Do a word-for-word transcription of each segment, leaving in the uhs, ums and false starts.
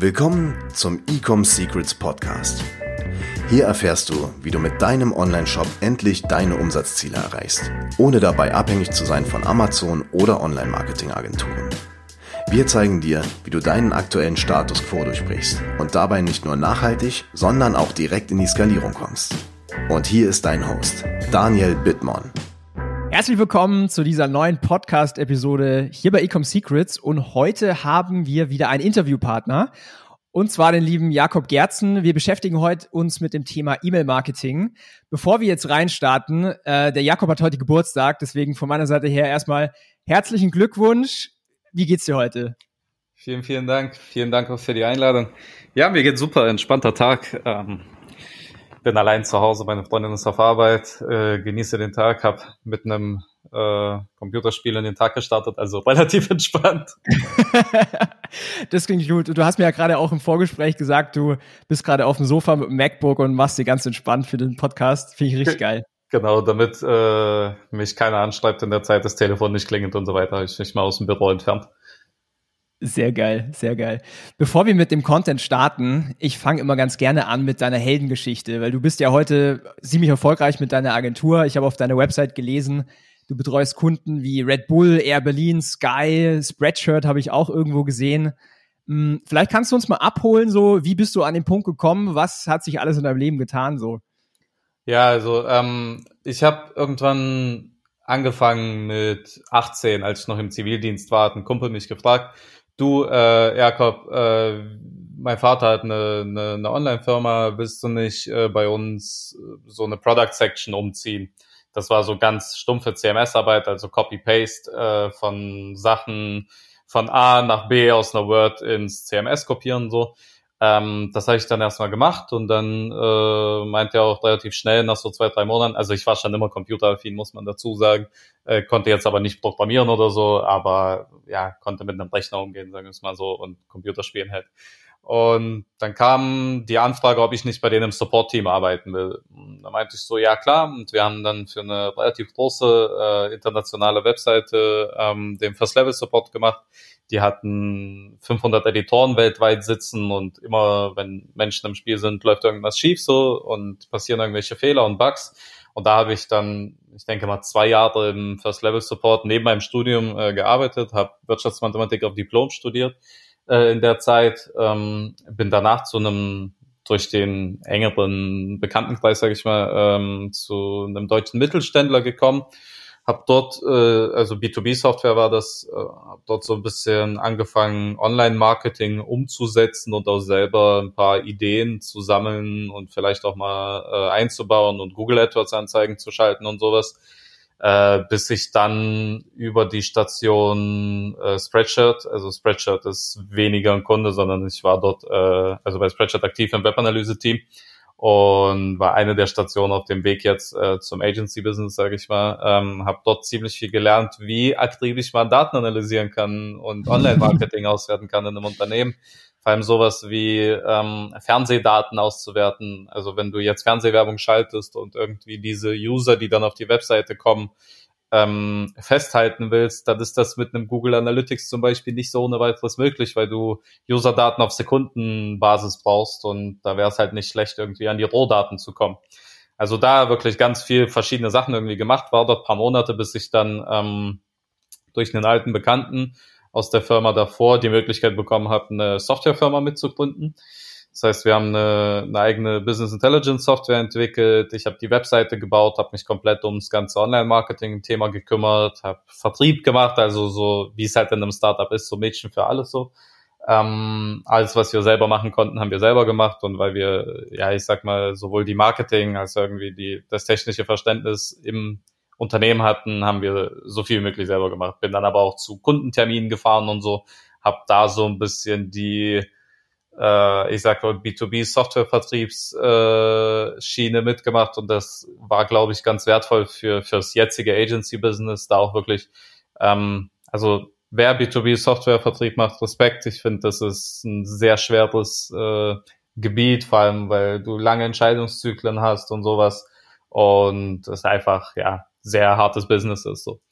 Willkommen zum Ecom Secrets Podcast. Hier erfährst du, wie du mit deinem Online-Shop endlich deine Umsatzziele erreichst, ohne dabei abhängig zu sein von Amazon oder Online-Marketing-Agenturen. Wir zeigen dir, wie du deinen aktuellen Status quo durchbrichst und dabei nicht nur nachhaltig, sondern auch direkt in die Skalierung kommst. Und hier ist dein Host, Daniel Bittmann. Herzlich willkommen zu dieser neuen Podcast-Episode hier bei Ecom Secrets, und heute haben wir wieder einen Interviewpartner, und zwar den lieben Jakob Gerzen. Wir beschäftigen heute uns mit dem Thema E-Mail-Marketing. Bevor wir jetzt reinstarten, äh, der Jakob hat heute Geburtstag, deswegen von meiner Seite her erstmal herzlichen Glückwunsch. Wie geht's dir heute? Vielen, vielen Dank. Vielen Dank auch für die Einladung. Ja, mir geht's super, entspannter Tag. Ähm, bin allein zu Hause, meine Freundin ist auf Arbeit, äh, genieße den Tag, habe mit einem äh, Computerspiel in den Tag gestartet, also relativ entspannt. Das klingt gut. Du hast mir ja gerade auch im Vorgespräch gesagt, du bist gerade auf dem Sofa mit dem MacBook und machst dir ganz entspannt für den Podcast. Finde ich richtig geil. Genau, damit äh, mich keiner anschreibt in der Zeit, das Telefon nicht klingelt und so weiter, habe ich mich mal aus dem Büro entfernt. Sehr geil, sehr geil. Bevor wir mit dem Content starten, ich fange immer ganz gerne an mit deiner Heldengeschichte, weil du bist ja heute ziemlich erfolgreich mit deiner Agentur. Ich habe auf deiner Website gelesen, du betreust Kunden wie Red Bull, Air Berlin, Sky, Spreadshirt habe ich auch irgendwo gesehen. Vielleicht kannst du uns mal abholen, so wie bist du an den Punkt gekommen? Was hat sich alles in deinem Leben getan so? Ja, also ähm, ich habe irgendwann angefangen mit achtzehn, als ich noch im Zivildienst war, hat ein Kumpel mich gefragt, du, äh, Jakob, äh, mein Vater hat eine, eine, eine Online-Firma, willst du nicht äh, bei uns so eine Product-Section umziehen? Das war so ganz stumpfe C M S-Arbeit, also Copy-Paste äh, von Sachen von A nach B aus einer Word ins C M S kopieren, so. Ähm, das habe ich dann erstmal gemacht, und dann äh, meinte er auch relativ schnell nach so zwei, drei Monaten, also ich war schon immer computeraffin, muss man dazu sagen, äh, konnte jetzt aber nicht programmieren oder so, aber ja, konnte mit einem Rechner umgehen, sagen wir es mal so, und Computerspielen halt. Und dann kam die Anfrage, ob ich nicht bei denen im Support-Team arbeiten will. Da meinte ich so, ja klar, und wir haben dann für eine relativ große äh, internationale Webseite ähm, den First-Level-Support gemacht. Die hatten fünfhundert Editoren weltweit sitzen, und immer, wenn Menschen im Spiel sind, läuft irgendwas schief so und passieren irgendwelche Fehler und Bugs. Und da habe ich dann, ich denke mal, zwei Jahre im First-Level-Support neben meinem Studium äh, gearbeitet, habe Wirtschaftsmathematik auf Diplom studiert äh, in der Zeit, ähm, bin danach zu einem, durch den engeren Bekanntenkreis, sage ich mal, ähm, zu einem deutschen Mittelständler gekommen. Hab dort, äh, also B zwei B Software war das, äh, hab dort so ein bisschen angefangen, Online-Marketing umzusetzen und auch selber ein paar Ideen zu sammeln und vielleicht auch mal äh, einzubauen und Google AdWords-Anzeigen zu schalten und sowas, äh, bis ich dann über die Station äh, Spreadshirt, also Spreadshirt ist weniger ein Kunde, sondern ich war dort, äh, also bei Spreadshirt aktiv im Webanalyse-Team, und war eine der Stationen auf dem Weg jetzt äh, zum Agency-Business, sage ich mal. Ähm, habe dort ziemlich viel gelernt, wie akribisch man Daten analysieren kann und Online-Marketing auswerten kann in einem Unternehmen. Vor allem sowas wie ähm, Fernsehdaten auszuwerten. Also wenn du jetzt Fernsehwerbung schaltest und irgendwie diese User, die dann auf die Webseite kommen, ähm, festhalten willst, dann ist das mit einem Google Analytics zum Beispiel nicht so ohne weiteres möglich, weil du Userdaten auf Sekundenbasis brauchst, und da wäre es halt nicht schlecht, irgendwie an die Rohdaten zu kommen. Also da wirklich ganz viel verschiedene Sachen irgendwie gemacht, war dort paar Monate, bis ich dann ähm, durch einen alten Bekannten aus der Firma davor die Möglichkeit bekommen habe, eine Softwarefirma mitzugründen. Das heißt, wir haben eine, eine eigene Business Intelligence Software entwickelt. Ich habe die Webseite gebaut, habe mich komplett ums ganze Online-Marketing-Thema gekümmert, habe Vertrieb gemacht, also so wie es halt in einem Startup ist, so Mädchen für alles so. Ähm, alles, was wir selber machen konnten, haben wir selber gemacht, und weil wir, ja, ich sag mal, sowohl die Marketing als irgendwie die das technische Verständnis im Unternehmen hatten, haben wir so viel wie möglich selber gemacht. Bin dann aber auch zu Kundenterminen gefahren und so, habe da so ein bisschen die äh, ich sag mal, B zwei B Softwarevertriebsschiene äh, Schiene mitgemacht, und das war, glaube ich, ganz wertvoll für fürs jetzige Agency-Business, da auch wirklich, ähm, also wer B zwei B Softwarevertrieb macht, Respekt. Ich finde, das ist ein sehr schweres äh, Gebiet, vor allem, weil du lange Entscheidungszyklen hast und sowas, und es einfach, ja, sehr hartes Business ist so.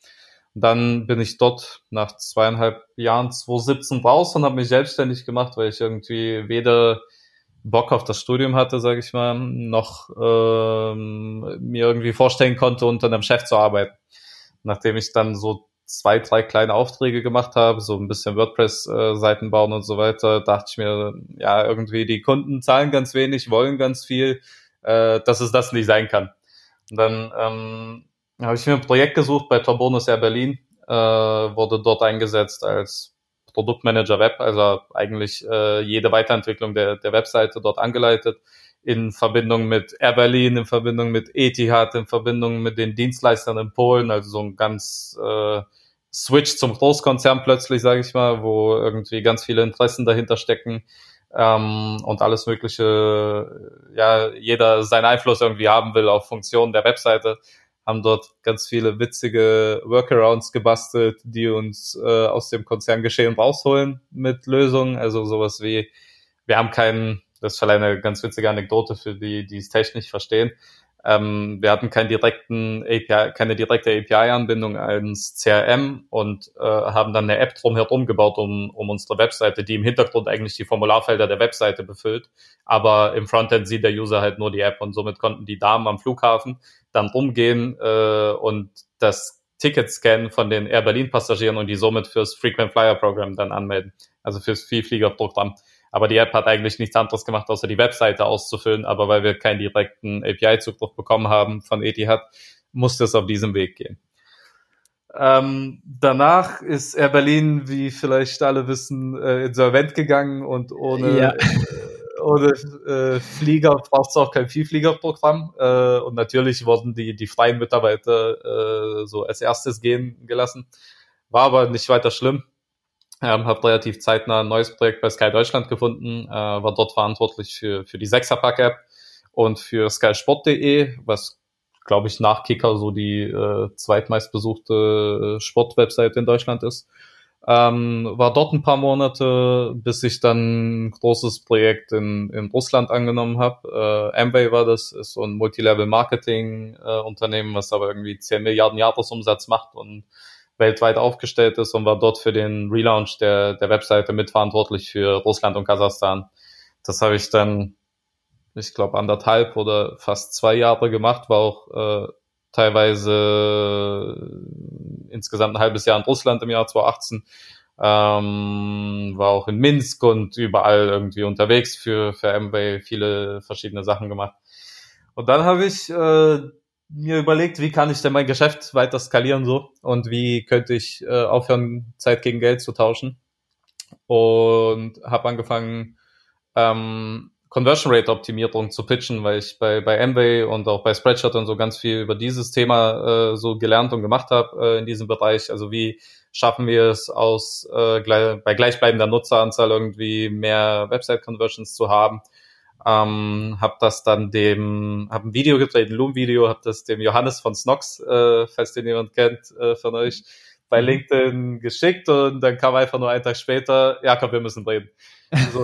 Dann bin ich dort nach zweieinhalb Jahren zwanzig siebzehn raus und habe mich selbstständig gemacht, weil ich irgendwie weder Bock auf das Studium hatte, sage ich mal, noch ähm, mir irgendwie vorstellen konnte, unter einem Chef zu arbeiten. Nachdem ich dann so zwei, drei kleine Aufträge gemacht habe, so ein bisschen WordPress-Seiten bauen und so weiter, dachte ich mir, ja, irgendwie die Kunden zahlen ganz wenig, wollen ganz viel, äh, dass es das nicht sein kann. Und dann ähm, habe ich mir ein Projekt gesucht bei Torbonus Air Berlin, äh, wurde dort eingesetzt als Produktmanager Web, also eigentlich äh, jede Weiterentwicklung der, der Webseite dort angeleitet, in Verbindung mit Air Berlin, in Verbindung mit Etihad, in Verbindung mit den Dienstleistern in Polen, also so ein ganz äh, Switch zum Großkonzern plötzlich, sage ich mal, wo irgendwie ganz viele Interessen dahinter stecken ähm, und alles mögliche, ja, jeder seinen Einfluss irgendwie haben will auf Funktionen der Webseite, haben dort ganz viele witzige Workarounds gebastelt, die uns äh, aus dem Konzerngeschehen rausholen mit Lösungen, also sowas wie, wir haben keinen, das ist vielleicht eine ganz witzige Anekdote für die, die es technisch verstehen. Ähm, wir hatten keinen direkten A P I, keine direkte A P I-Anbindung ans C R M und äh, haben dann eine App drumherum gebaut, um, um unsere Webseite, die im Hintergrund eigentlich die Formularfelder der Webseite befüllt. Aber im Frontend sieht der User halt nur die App und somit konnten die Damen am Flughafen dann rumgehen äh, und das Ticket scannen von den Air Berlin Passagieren und die somit fürs Frequent Flyer Program dann anmelden, also fürs Vielfliegerprogramm. Aber die App hat eigentlich nichts anderes gemacht, außer die Webseite auszufüllen. Aber weil wir keinen direkten A P I-Zugriff bekommen haben von Etihad, musste es auf diesem Weg gehen. Ähm, danach ist Air Berlin, wie vielleicht alle wissen, äh, insolvent gegangen und ohne, Ja. äh, ohne äh, Flieger braucht es auch kein Vielfliegerprogramm. Äh, und natürlich wurden die, die freien Mitarbeiter äh, so als erstes gehen gelassen. War aber nicht weiter schlimm. Ähm, habe relativ zeitnah ein neues Projekt bei Sky Deutschland gefunden, äh, war dort verantwortlich für für die Sechserpack-App und für skysport punkt de, was, glaube ich, nach Kicker so die äh, zweitmeistbesuchte äh, Sportwebseite in Deutschland ist. Ähm, war dort ein paar Monate, bis ich dann ein großes Projekt in in Russland angenommen habe. Äh, Amway war das, ist so ein Multilevel-Marketing-Unternehmen, äh, was aber irgendwie zehn Milliarden Jahresumsatz macht und weltweit aufgestellt ist und war dort für den Relaunch der der Webseite mitverantwortlich für Russland und Kasachstan. Das habe ich dann, ich glaube, anderthalb oder fast zwei Jahre gemacht, war auch äh, teilweise äh, insgesamt ein halbes Jahr in Russland im Jahr zwanzig achtzehn, ähm, war auch in Minsk und überall irgendwie unterwegs für für Amway, viele verschiedene Sachen gemacht. Und dann habe ich äh, mir überlegt, wie kann ich denn mein Geschäft weiter skalieren so und wie könnte ich äh, aufhören, Zeit gegen Geld zu tauschen, und habe angefangen, ähm, Conversion Rate Optimierung zu pitchen, weil ich bei bei Amway und auch bei Spreadshirt und so ganz viel über dieses Thema äh, so gelernt und gemacht habe äh, in diesem Bereich. Also wie schaffen wir es aus äh, gleich, bei gleichbleibender Nutzeranzahl irgendwie mehr Website Conversions zu haben. Ähm, habe das dann dem, habe ein Video gedreht, ein Loom-Video, habe das dem Johannes von Snox, äh, falls den jemand kennt äh, von euch, bei LinkedIn geschickt und dann kam einfach nur einen Tag später, ja komm, wir müssen reden. So.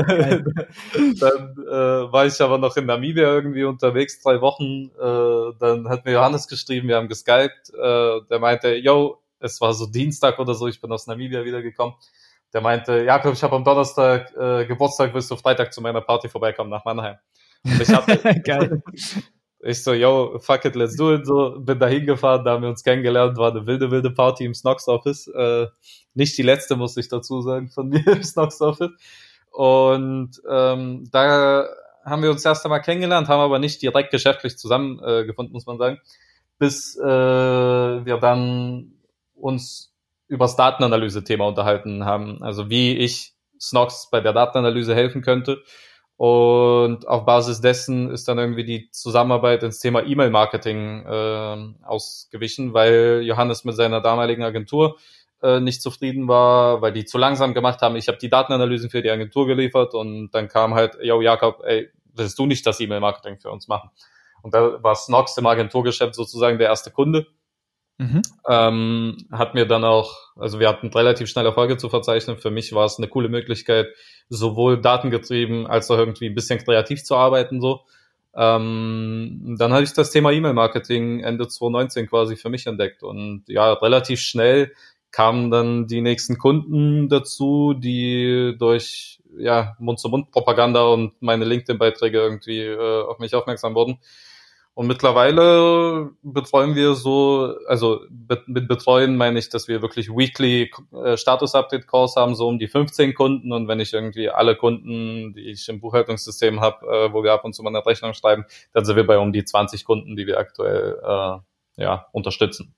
Dann äh, war ich aber noch in Namibia irgendwie unterwegs, drei Wochen, äh, dann hat mir Johannes geschrieben, wir haben geskypt, äh, der meinte, yo, es war so Dienstag oder so, ich bin aus Namibia wiedergekommen. Der meinte, Jakob, ich habe am Donnerstag äh, Geburtstag, willst du Freitag zu meiner Party vorbeikommen nach Mannheim? Und ich hatte, Geil. ich so, yo, fuck it, let's do it, so, bin da hingefahren, da haben wir uns kennengelernt, war eine wilde, wilde Party im Snox Office, äh, nicht die letzte, muss ich dazu sagen, von mir im Snox Office. Und ähm, da haben wir uns erst einmal kennengelernt, haben aber nicht direkt geschäftlich zusammengefunden, äh, gefunden, muss man sagen, bis äh, wir dann uns über das Datenanalyse-Thema unterhalten haben, also wie ich Snox bei der Datenanalyse helfen könnte. Und auf Basis dessen ist dann irgendwie die Zusammenarbeit ins Thema E-Mail-Marketing äh, ausgewichen, weil Johannes mit seiner damaligen Agentur äh, nicht zufrieden war, weil die zu langsam gemacht haben. Ich habe die Datenanalysen für die Agentur geliefert und dann kam halt, yo Jakob, ey, willst du nicht das E-Mail-Marketing für uns machen? Und da war Snox im Agenturgeschäft sozusagen der erste Kunde. Mhm. Ähm, hat mir dann auch, also wir hatten relativ schnell Erfolge zu verzeichnen. Für mich war es eine coole Möglichkeit, sowohl datengetrieben als auch irgendwie ein bisschen kreativ zu arbeiten, so. Ähm, dann habe ich das Thema E-Mail-Marketing Ende zwanzig neunzehn quasi für mich entdeckt und ja, relativ schnell kamen dann die nächsten Kunden dazu, die durch ja Mund-zu-Mund-Propaganda und meine LinkedIn-Beiträge irgendwie äh, auf mich aufmerksam wurden. Und mittlerweile betreuen wir so, also be- mit betreuen meine ich, dass wir wirklich weekly äh, Status-Update-Calls haben, so um die fünfzehn Kunden. Und wenn ich irgendwie alle Kunden, die ich im Buchhaltungssystem habe, äh, wo wir ab und zu mal eine Rechnung schreiben, dann sind wir bei um die zwanzig Kunden, die wir aktuell äh, ja unterstützen.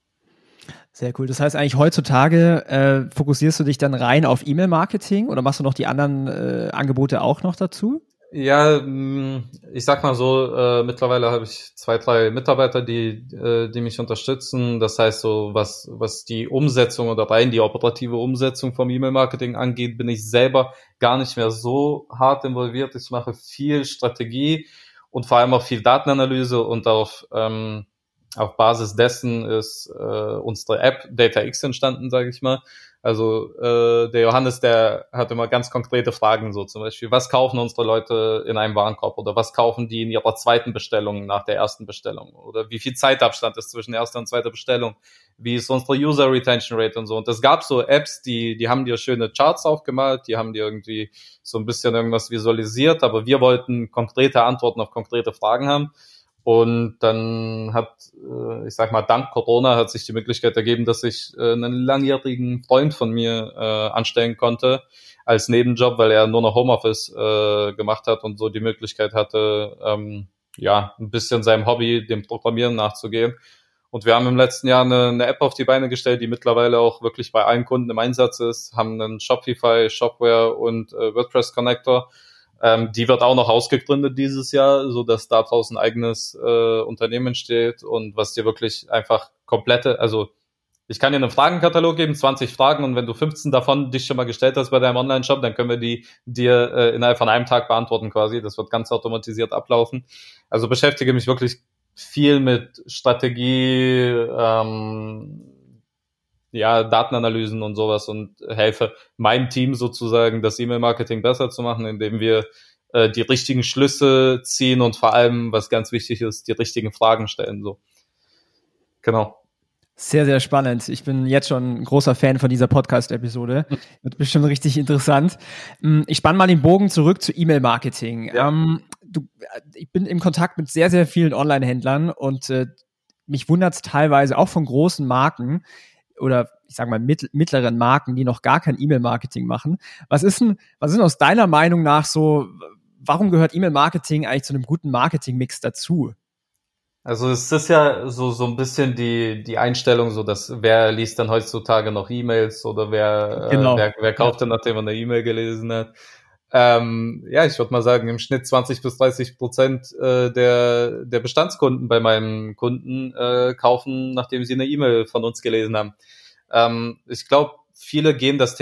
Sehr cool. Das heißt eigentlich heutzutage äh, fokussierst du dich dann rein auf E-Mail-Marketing oder machst du noch die anderen äh, Angebote auch noch dazu? Ja, ich sag mal so, äh, mittlerweile habe ich zwei, drei Mitarbeiter, die äh, die mich unterstützen. Das heißt so, was was die Umsetzung oder rein die operative Umsetzung vom E-Mail-Marketing angeht, bin ich selber gar nicht mehr so hart involviert. Ich mache viel Strategie und vor allem auch viel Datenanalyse und auf ähm, auf Basis dessen ist äh, unsere App DataX entstanden, sage ich mal. Also äh, der Johannes, der hat immer ganz konkrete Fragen, so zum Beispiel, was kaufen unsere Leute in einem Warenkorb oder was kaufen die in ihrer zweiten Bestellung nach der ersten Bestellung oder wie viel Zeitabstand ist zwischen erster und zweiter Bestellung, wie ist unsere User Retention Rate und so. Und es gab so Apps, die die haben dir schöne Charts aufgemalt, die haben dir irgendwie so ein bisschen irgendwas visualisiert, aber wir wollten konkrete Antworten auf konkrete Fragen haben. Und dann hat, ich sag mal, dank Corona hat sich die Möglichkeit ergeben, dass ich einen langjährigen Freund von mir äh, anstellen konnte als Nebenjob, weil er nur noch Homeoffice äh, gemacht hat und so die Möglichkeit hatte, ähm, ja, ein bisschen seinem Hobby, dem Programmieren nachzugehen. Und wir haben im letzten Jahr eine, eine App auf die Beine gestellt, die mittlerweile auch wirklich bei allen Kunden im Einsatz ist, haben einen Shopify, Shopware und äh, WordPress Connector. Ähm, die wird auch noch ausgegründet dieses Jahr, so dass da draußen ein eigenes äh, Unternehmen steht und was dir wirklich einfach komplette, also ich kann dir einen Fragenkatalog geben, zwanzig Fragen und wenn du fünfzehn davon dich schon mal gestellt hast bei deinem Online-Shop, dann können wir die dir äh, innerhalb von einem Tag beantworten quasi. Das wird ganz automatisiert ablaufen. Also beschäftige mich wirklich viel mit Strategie, ähm, ja, Datenanalysen und sowas und helfe meinem Team sozusagen, das E-Mail-Marketing besser zu machen, indem wir äh, die richtigen Schlüsse ziehen und vor allem, was ganz wichtig ist, die richtigen Fragen stellen. So, genau. Sehr, sehr spannend. Ich bin jetzt schon ein großer Fan von dieser Podcast-Episode. Wird bestimmt richtig interessant. Ich spanne mal den Bogen zurück zu E-Mail-Marketing. Ja. Ähm, du, ich bin im Kontakt mit sehr, sehr vielen Online-Händlern und äh, mich wundert es teilweise auch von großen Marken, oder ich sage mal mittleren Marken, die noch gar kein E-Mail-Marketing machen. Was ist denn, was ist denn aus deiner Meinung nach so, warum gehört E-Mail-Marketing eigentlich zu einem guten Marketing-Mix dazu? Also es ist ja so so ein bisschen die die Einstellung, so dass wer liest dann heutzutage noch E-Mails oder wer Genau. äh, wer, wer kauft ja. dann, nachdem man eine E-Mail gelesen hat. Ähm, ja, ich würde mal sagen, im Schnitt zwanzig bis dreißig Prozent äh, der der Bestandskunden bei meinen Kunden äh, kaufen, nachdem sie eine E-Mail von uns gelesen haben. Ähm, ich glaube, viele gehen das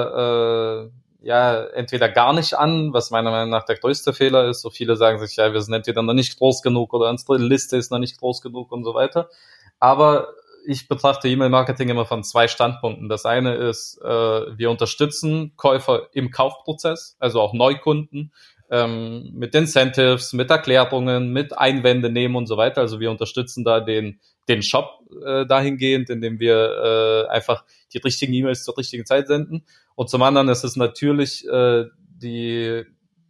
Thema äh, ja entweder gar nicht an, was meiner Meinung nach der größte Fehler ist. So viele sagen sich, ja, wir sind entweder noch nicht groß genug oder unsere Liste ist noch nicht groß genug und so weiter. Aber ich betrachte E-Mail-Marketing immer von zwei Standpunkten. Das eine ist, äh, wir unterstützen Käufer im Kaufprozess, also auch Neukunden, ähm, mit Incentives, mit Erklärungen, mit Einwände nehmen und so weiter. Also wir unterstützen da den den Shop äh, dahingehend, indem wir äh, einfach die richtigen E-Mails zur richtigen Zeit senden. Und zum anderen ist es natürlich äh, die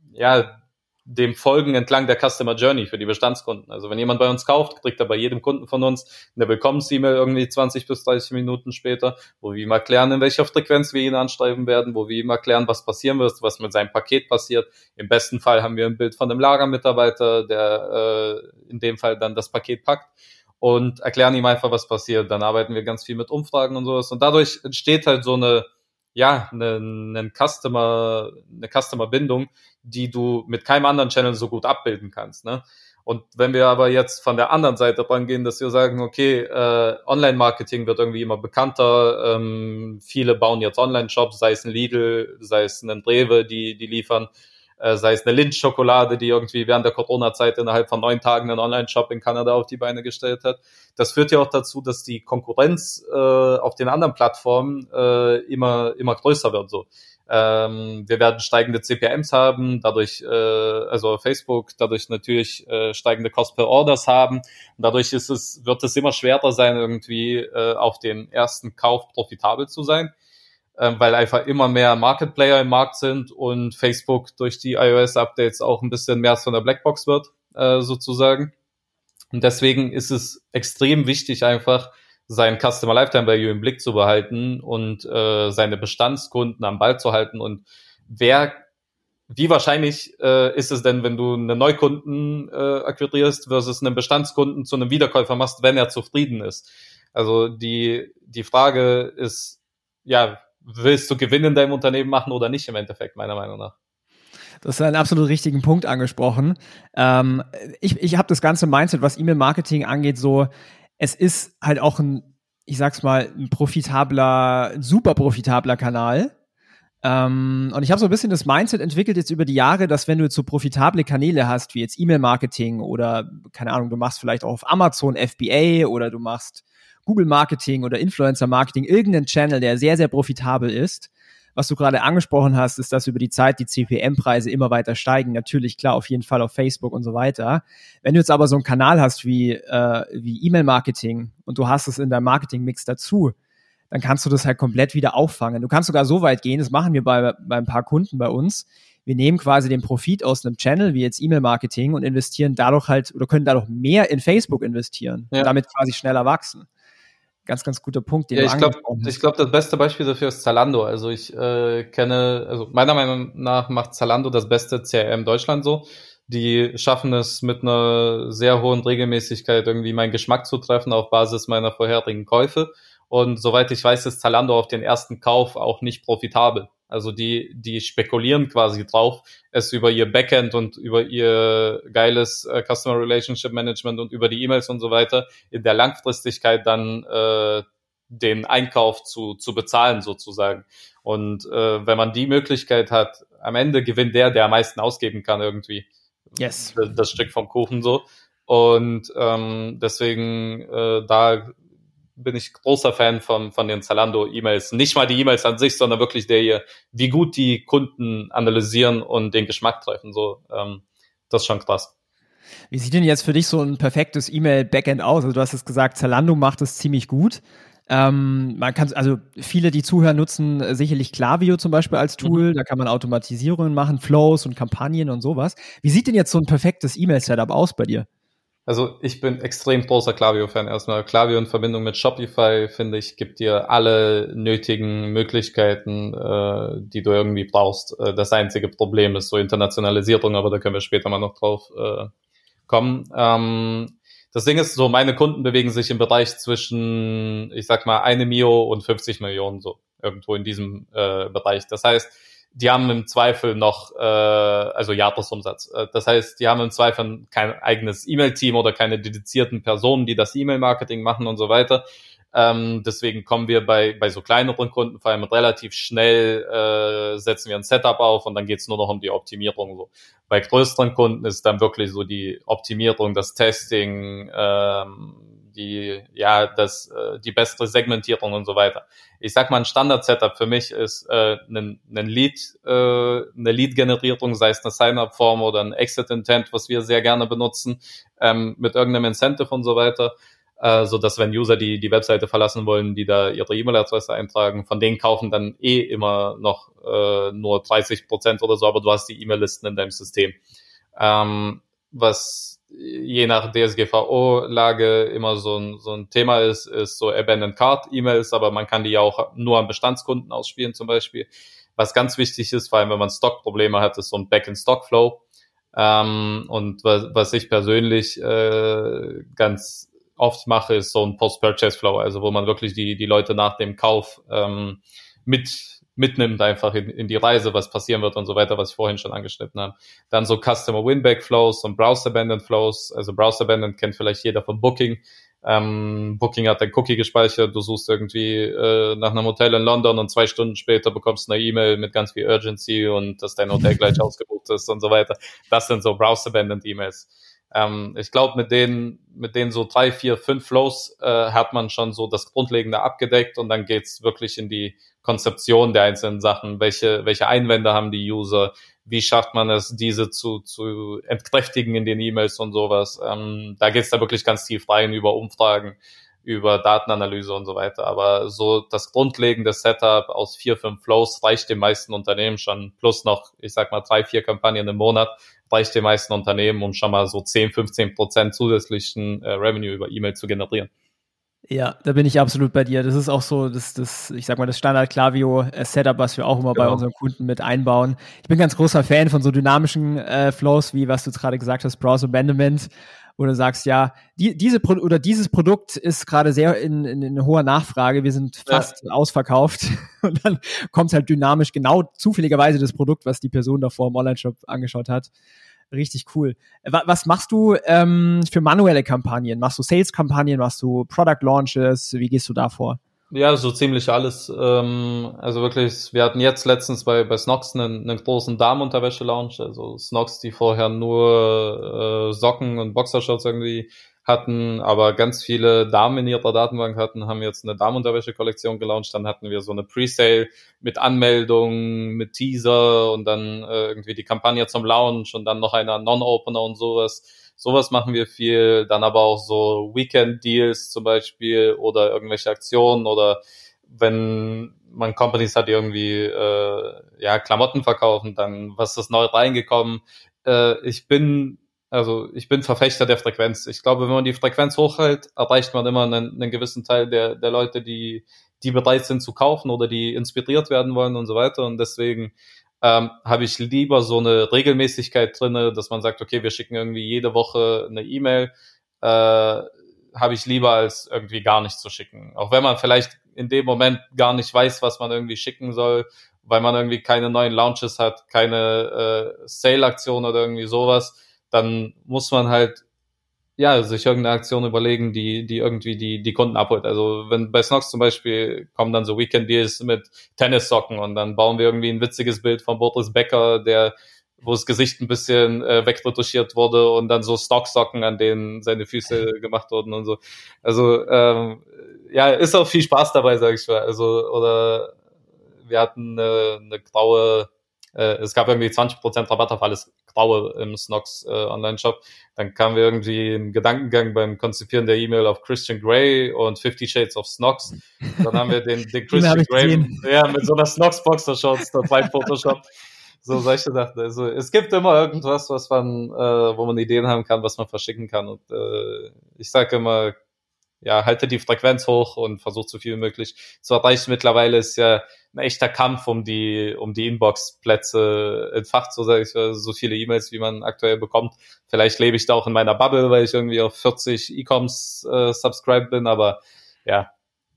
ja dem Folgen entlang der Customer Journey für die Bestandskunden. Also wenn jemand bei uns kauft, kriegt er bei jedem Kunden von uns eine Willkommens-E-Mail irgendwie zwanzig bis dreißig Minuten später, wo wir ihm erklären, in welcher Frequenz wir ihn anschreiben werden, wo wir ihm erklären, was passieren wird, was mit seinem Paket passiert. Im besten Fall haben wir ein Bild von einem Lagermitarbeiter, der äh, in dem Fall dann das Paket packt und erklären ihm einfach, was passiert. Dann arbeiten wir ganz viel mit Umfragen und sowas. Und dadurch entsteht halt so eine ja, eine, eine Customer, eine Customer-Bindung, die du mit keinem anderen Channel so gut abbilden kannst, ne? Und wenn wir aber jetzt von der anderen Seite rangehen, dass wir sagen, okay, äh, Online-Marketing wird irgendwie immer bekannter, ähm, viele bauen jetzt Online-Shops, sei es ein Lidl, sei es ein Rewe, die, die liefern, äh, sei es eine Lindt-Schokolade, die irgendwie während der Corona-Zeit innerhalb von neun Tagen einen Online-Shop in Kanada auf die Beine gestellt hat. Das führt ja auch dazu, dass die Konkurrenz äh, auf den anderen Plattformen äh, immer immer größer wird. So, Ähm, wir werden steigende C P Ms haben, dadurch, äh, also Facebook, dadurch natürlich äh, steigende Cost per Orders haben. Und dadurch ist es, wird es immer schwerer sein, irgendwie äh, auf den ersten Kauf profitabel zu sein, äh, weil einfach immer mehr Market Player im Markt sind und Facebook durch die iOS-Updates auch ein bisschen mehr von der Blackbox wird, äh, sozusagen. Und deswegen ist es extrem wichtig, einfach sein Customer Lifetime Value im Blick zu behalten und äh, seine Bestandskunden am Ball zu halten. Und wer, wie wahrscheinlich äh, ist es denn, wenn du einen Neukunden äh, akquirierst versus einen Bestandskunden zu einem Wiederkäufer machst, wenn er zufrieden ist? Also die die Frage ist, ja, willst du Gewinn in deinem Unternehmen machen oder nicht im Endeffekt, meiner Meinung nach? Das ist einen absolut richtigen Punkt angesprochen. Ähm, ich ich habe das ganze Mindset, was E-Mail-Marketing angeht, so, es ist halt auch ein, ich sag's mal, ein profitabler, ein super profitabler Kanal. Ähm, und ich habe so ein bisschen das Mindset entwickelt jetzt über die Jahre, dass wenn du jetzt so profitable Kanäle hast, wie jetzt E-Mail-Marketing oder, keine Ahnung, du machst vielleicht auch auf Amazon F B A oder du machst Google-Marketing oder Influencer-Marketing, irgendeinen Channel, der sehr, sehr profitabel ist. Was du gerade angesprochen hast, ist, dass über die Zeit die C P M-Preise immer weiter steigen. Natürlich, klar, auf jeden Fall auf Facebook und so weiter. Wenn du jetzt aber so einen Kanal hast wie äh, wie E-Mail-Marketing und du hast es in deinem Marketing-Mix dazu, dann kannst du das halt komplett wieder auffangen. Du kannst sogar so weit gehen, das machen wir bei, bei ein paar Kunden bei uns. Wir nehmen quasi den Profit aus einem Channel, wie jetzt E-Mail-Marketing, und investieren dadurch halt, oder können dadurch mehr in Facebook investieren Ja. und damit quasi schneller wachsen. Ganz, ganz guter Punkt, den ja, du ich glaube, angesprochen hast. ich glaube, das beste Beispiel dafür ist Zalando. Also ich äh, kenne, also meiner Meinung nach macht Zalando das beste C R M Deutschland so. Die schaffen es mit einer sehr hohen Regelmäßigkeit irgendwie meinen Geschmack zu treffen auf Basis meiner vorherigen Käufe. Und soweit ich weiß, ist Zalando auf den ersten Kauf auch nicht profitabel. Also die, die spekulieren quasi drauf, es über ihr Backend und über ihr geiles äh, Customer Relationship Management und über die E-Mails und so weiter in der Langfristigkeit dann äh, den Einkauf zu, zu bezahlen sozusagen. Und äh, wenn man die Möglichkeit hat, am Ende gewinnt der, der am meisten ausgeben kann irgendwie. Yes. Das, das Stück vom Kuchen so. Und ähm, deswegen äh, da bin ich großer Fan von, von den Zalando-E-Mails. Nicht mal die E-Mails an sich, sondern wirklich der hier, wie gut die Kunden analysieren und den Geschmack treffen. So, ähm, das ist schon krass. Wie sieht denn jetzt für dich so ein perfektes E-Mail-Backend aus? Also du hast es gesagt, Zalando macht es ziemlich gut. Ähm, man kann, also viele, die zuhören, nutzen sicherlich Klaviyo zum Beispiel als Tool. Mhm. Da kann man Automatisierungen machen, Flows und Kampagnen und sowas. Wie sieht denn jetzt so ein perfektes E-Mail-Setup aus bei dir? Also ich bin extrem großer Klaviyo-Fan. Erstmal Klaviyo in Verbindung mit Shopify, finde ich, gibt dir alle nötigen Möglichkeiten, äh, die du irgendwie brauchst. Äh, das einzige Problem ist so Internationalisierung, aber da können wir später mal noch drauf äh, kommen. Ähm, das Ding ist so, meine Kunden bewegen sich im Bereich zwischen, ich sag mal, eine Mio und fünfzig Millionen, so irgendwo in diesem äh, Bereich. Das heißt, die haben im Zweifel noch, äh, also Jahresumsatz. Das heißt, die haben im Zweifel kein eigenes E-Mail-Team oder keine dedizierten Personen, die das E-Mail-Marketing machen und so weiter. Ähm, deswegen kommen wir bei bei so kleineren Kunden vor allem relativ schnell, äh, setzen wir ein Setup auf und dann geht's nur noch um die Optimierung. So. Bei größeren Kunden ist dann wirklich so die Optimierung, das Testing, ähm, die ja das äh, die bessere Segmentierung und so weiter. Ich sag mal, ein Standard-Setup für mich ist äh, ein, ein Lead, äh, eine Lead-Generierung, sei es eine Sign-up-Form oder ein Exit-Intent, was wir sehr gerne benutzen, ähm, mit irgendeinem Incentive und so weiter, äh, so dass wenn User die die Webseite verlassen wollen, die da ihre E-Mail-Adresse eintragen, von denen kaufen dann eh immer noch äh, nur dreißig Prozent oder so, aber du hast die E-Mail-Listen in deinem System. Ähm, was je nach D S G V O-Lage immer so ein, so ein Thema ist, ist so Abandoned Cart-E-Mails, aber man kann die ja auch nur an Bestandskunden ausspielen zum Beispiel. Was ganz wichtig ist, vor allem wenn man Stock-Probleme hat, ist so ein Back-in-Stock-Flow. Ähm, und was, was ich persönlich äh, ganz oft mache, ist so ein Post-Purchase-Flow, also wo man wirklich die die Leute nach dem Kauf ähm, mit mitnimmt einfach in, in die Reise, was passieren wird und so weiter, was ich vorhin schon angeschnitten habe. Dann so Customer Winback Flows und Browse Abandoned Flows. Also Browse Abandoned kennt vielleicht jeder von Booking. Ähm, Booking hat ein Cookie gespeichert, du suchst irgendwie äh, nach einem Hotel in London und zwei Stunden später bekommst du eine E-Mail mit ganz viel Urgency und dass dein Hotel gleich ausgebucht ist und so weiter. Das sind so Browse Abandoned E-Mails. Ähm, ich glaube, mit denen, mit denen so drei, vier, fünf Flows äh, hat man schon so das Grundlegende abgedeckt und dann geht's wirklich in die Konzeption der einzelnen Sachen. Welche, welche Einwände haben die User? Wie schafft man es, diese zu, zu entkräftigen in den E-Mails und sowas? Ähm, da geht's da wirklich ganz tief rein über Umfragen, über Datenanalyse und so weiter. Aber so das grundlegende Setup aus vier, fünf Flows reicht den meisten Unternehmen schon, plus noch, ich sag mal, drei, vier Kampagnen im Monat, reicht den meisten Unternehmen, um schon mal so zehn, fünfzehn Prozent zusätzlichen äh, Revenue über E-Mail zu generieren. Ja, da bin ich absolut bei dir. Das ist auch so das, das ich sag mal, das Standard-Klaviyo-Setup, was wir auch immer genau. bei unseren Kunden mit einbauen. Ich bin ganz großer Fan von so dynamischen äh, Flows, wie was du gerade gesagt hast, Browse Abandonment, wo du sagst, ja, die, diese Pro- oder dieses Produkt ist gerade sehr in, in, in hoher Nachfrage, wir sind fast ja. ausverkauft und dann kommt halt dynamisch genau zufälligerweise das Produkt, was die Person davor im Online-Shop angeschaut hat. Richtig cool. Was machst du ähm, für manuelle Kampagnen? Machst du Sales-Kampagnen? Machst du Product-Launches? Wie gehst du da vor? Ja, so ziemlich alles. Ähm, also wirklich, wir hatten jetzt letztens bei bei Snox einen, einen großen Damenunterwäsche-Launch. Also Snox, die vorher nur äh, Socken und Boxershorts irgendwie hatten, aber ganz viele Damen in ihrer Datenbank hatten, haben jetzt eine Damenunterwäsche-Kollektion gelauncht. Dann hatten wir so eine Pre-Sale mit Anmeldung, mit Teaser und dann äh, irgendwie die Kampagne zum Launch und dann noch einer Non-Opener und sowas. Sowas machen wir viel. Dann aber auch so Weekend-Deals zum Beispiel oder irgendwelche Aktionen oder wenn man Companies hat, die irgendwie äh, ja Klamotten verkaufen, dann was ist neu reingekommen. Äh, ich bin Also ich bin Verfechter der Frequenz. Ich glaube, wenn man die Frequenz hochhält, erreicht man immer einen, einen gewissen Teil der, der Leute, die, die bereit sind zu kaufen oder die inspiriert werden wollen und so weiter. Und deswegen ähm, habe ich lieber so eine Regelmäßigkeit drinne, dass man sagt, okay, wir schicken irgendwie jede Woche eine E-Mail, äh, habe ich lieber als irgendwie gar nicht zu schicken. Auch wenn man vielleicht in dem Moment gar nicht weiß, was man irgendwie schicken soll, weil man irgendwie keine neuen Launches hat, keine äh, Sale-Aktion oder irgendwie sowas, dann muss man halt ja sich irgendeine Aktion überlegen, die die irgendwie die die Kunden abholt. Also wenn bei Snox zum Beispiel kommen dann so Weekend-Deals mit Tennissocken und dann bauen wir irgendwie ein witziges Bild von Boris Becker, der wo das Gesicht ein bisschen äh, wegretuschiert wurde und dann so Stocksocken, an denen seine Füße gemacht wurden und so. Also ähm, ja, ist auch viel Spaß dabei, sag ich mal. Also oder wir hatten eine, eine graue Äh, es gab irgendwie zwanzig Prozent Rabatt auf alles Graue im Snox äh, Online-Shop. Dann kamen wir irgendwie im Gedankengang beim Konzipieren der E-Mail auf Christian Grey und Fifty Shades of Snox. Dann haben wir den, den Christian Grey ja, mit so einer Snox-Boxershorts dabei Photoshop. So solche Sachen. Also es gibt immer irgendwas, was man, äh, wo man Ideen haben kann, was man verschicken kann. Und äh, ich sage immer, ja, halte die Frequenz hoch und versucht so viel wie möglich zu erreichen. Mittlerweile ist ja ein echter Kampf um die um die Inbox-Plätze entfacht, so sage ich, so viele E-Mails, wie man aktuell bekommt. Vielleicht lebe ich da auch in meiner Bubble, weil ich irgendwie auf vierzig E-Coms äh, subscribed bin, aber ja.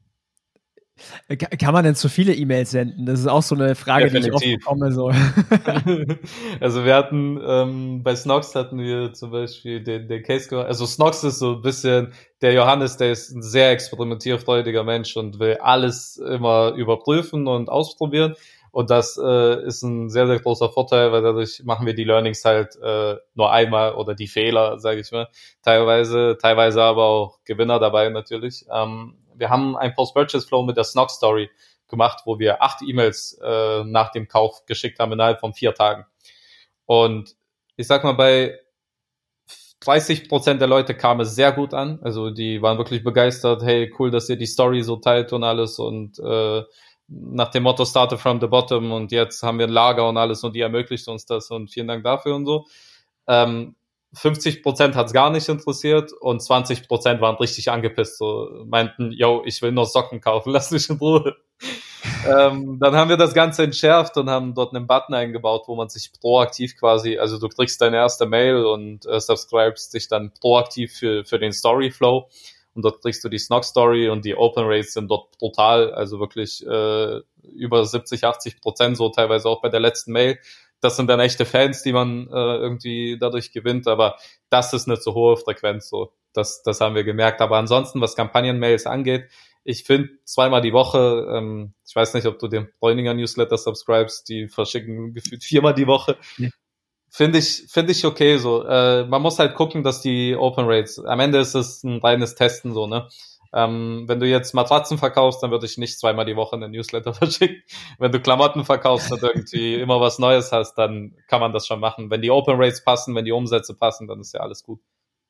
Kann man denn zu viele E-Mails senden? Das ist auch so eine Frage, Definitiv. die ich oft bekomme. So. Also wir hatten, ähm, bei Snox hatten wir zum Beispiel den, den Case gemacht. Also Snox ist so ein bisschen, der Johannes, der ist ein sehr experimentierfreudiger Mensch und will alles immer überprüfen und ausprobieren. Und das äh, ist ein sehr, sehr großer Vorteil, weil dadurch machen wir die Learnings halt äh, nur einmal oder die Fehler, sage ich mal, teilweise, teilweise aber auch Gewinner dabei natürlich. Ähm, wir haben ein Post-Purchase-Flow mit der Snox-Story gemacht, wo wir acht E-Mails äh, nach dem Kauf geschickt haben innerhalb von vier Tagen. Und ich sag mal, bei dreißig Prozent der Leute kam es sehr gut an. Also die waren wirklich begeistert. Hey, cool, dass ihr die Story so teilt und alles. Und äh, nach dem Motto started from the bottom und jetzt haben wir ein Lager und alles und die ermöglicht uns das und vielen Dank dafür und so. Ähm, fünfzig Prozent hat es gar nicht interessiert und zwanzig Prozent waren richtig angepisst, so meinten, yo, ich will nur Socken kaufen, lass mich in Ruhe. ähm, dann haben wir das Ganze entschärft und haben dort einen Button eingebaut, wo man sich proaktiv quasi, also du kriegst deine erste Mail und äh, subscribest dich dann proaktiv für für den Storyflow und dort kriegst du die Snox Story und die Open Rates sind dort brutal, also wirklich äh, über siebzig, achtzig Prozent, so teilweise auch bei der letzten Mail. Das sind dann echte Fans, die man äh, irgendwie dadurch gewinnt, aber das ist eine zu hohe Frequenz, so. Das, das haben wir gemerkt. Aber ansonsten, was Kampagnen-Mails angeht, ich finde zweimal die Woche, ähm, ich weiß nicht, ob du dem Bräuninger Newsletter subscribest, die verschicken gefühlt viermal die Ja. Woche. Finde ich, finde ich okay so. Äh, man muss halt gucken, dass die Open Rates, am Ende ist es ein reines Testen so, ne? Ähm, wenn du jetzt Matratzen verkaufst, dann würde ich nicht zweimal die Woche einen Newsletter verschicken. Wenn du Klamotten verkaufst und irgendwie immer was Neues hast, dann kann man das schon machen. Wenn die Open Rates passen, wenn die Umsätze passen, dann ist ja alles gut.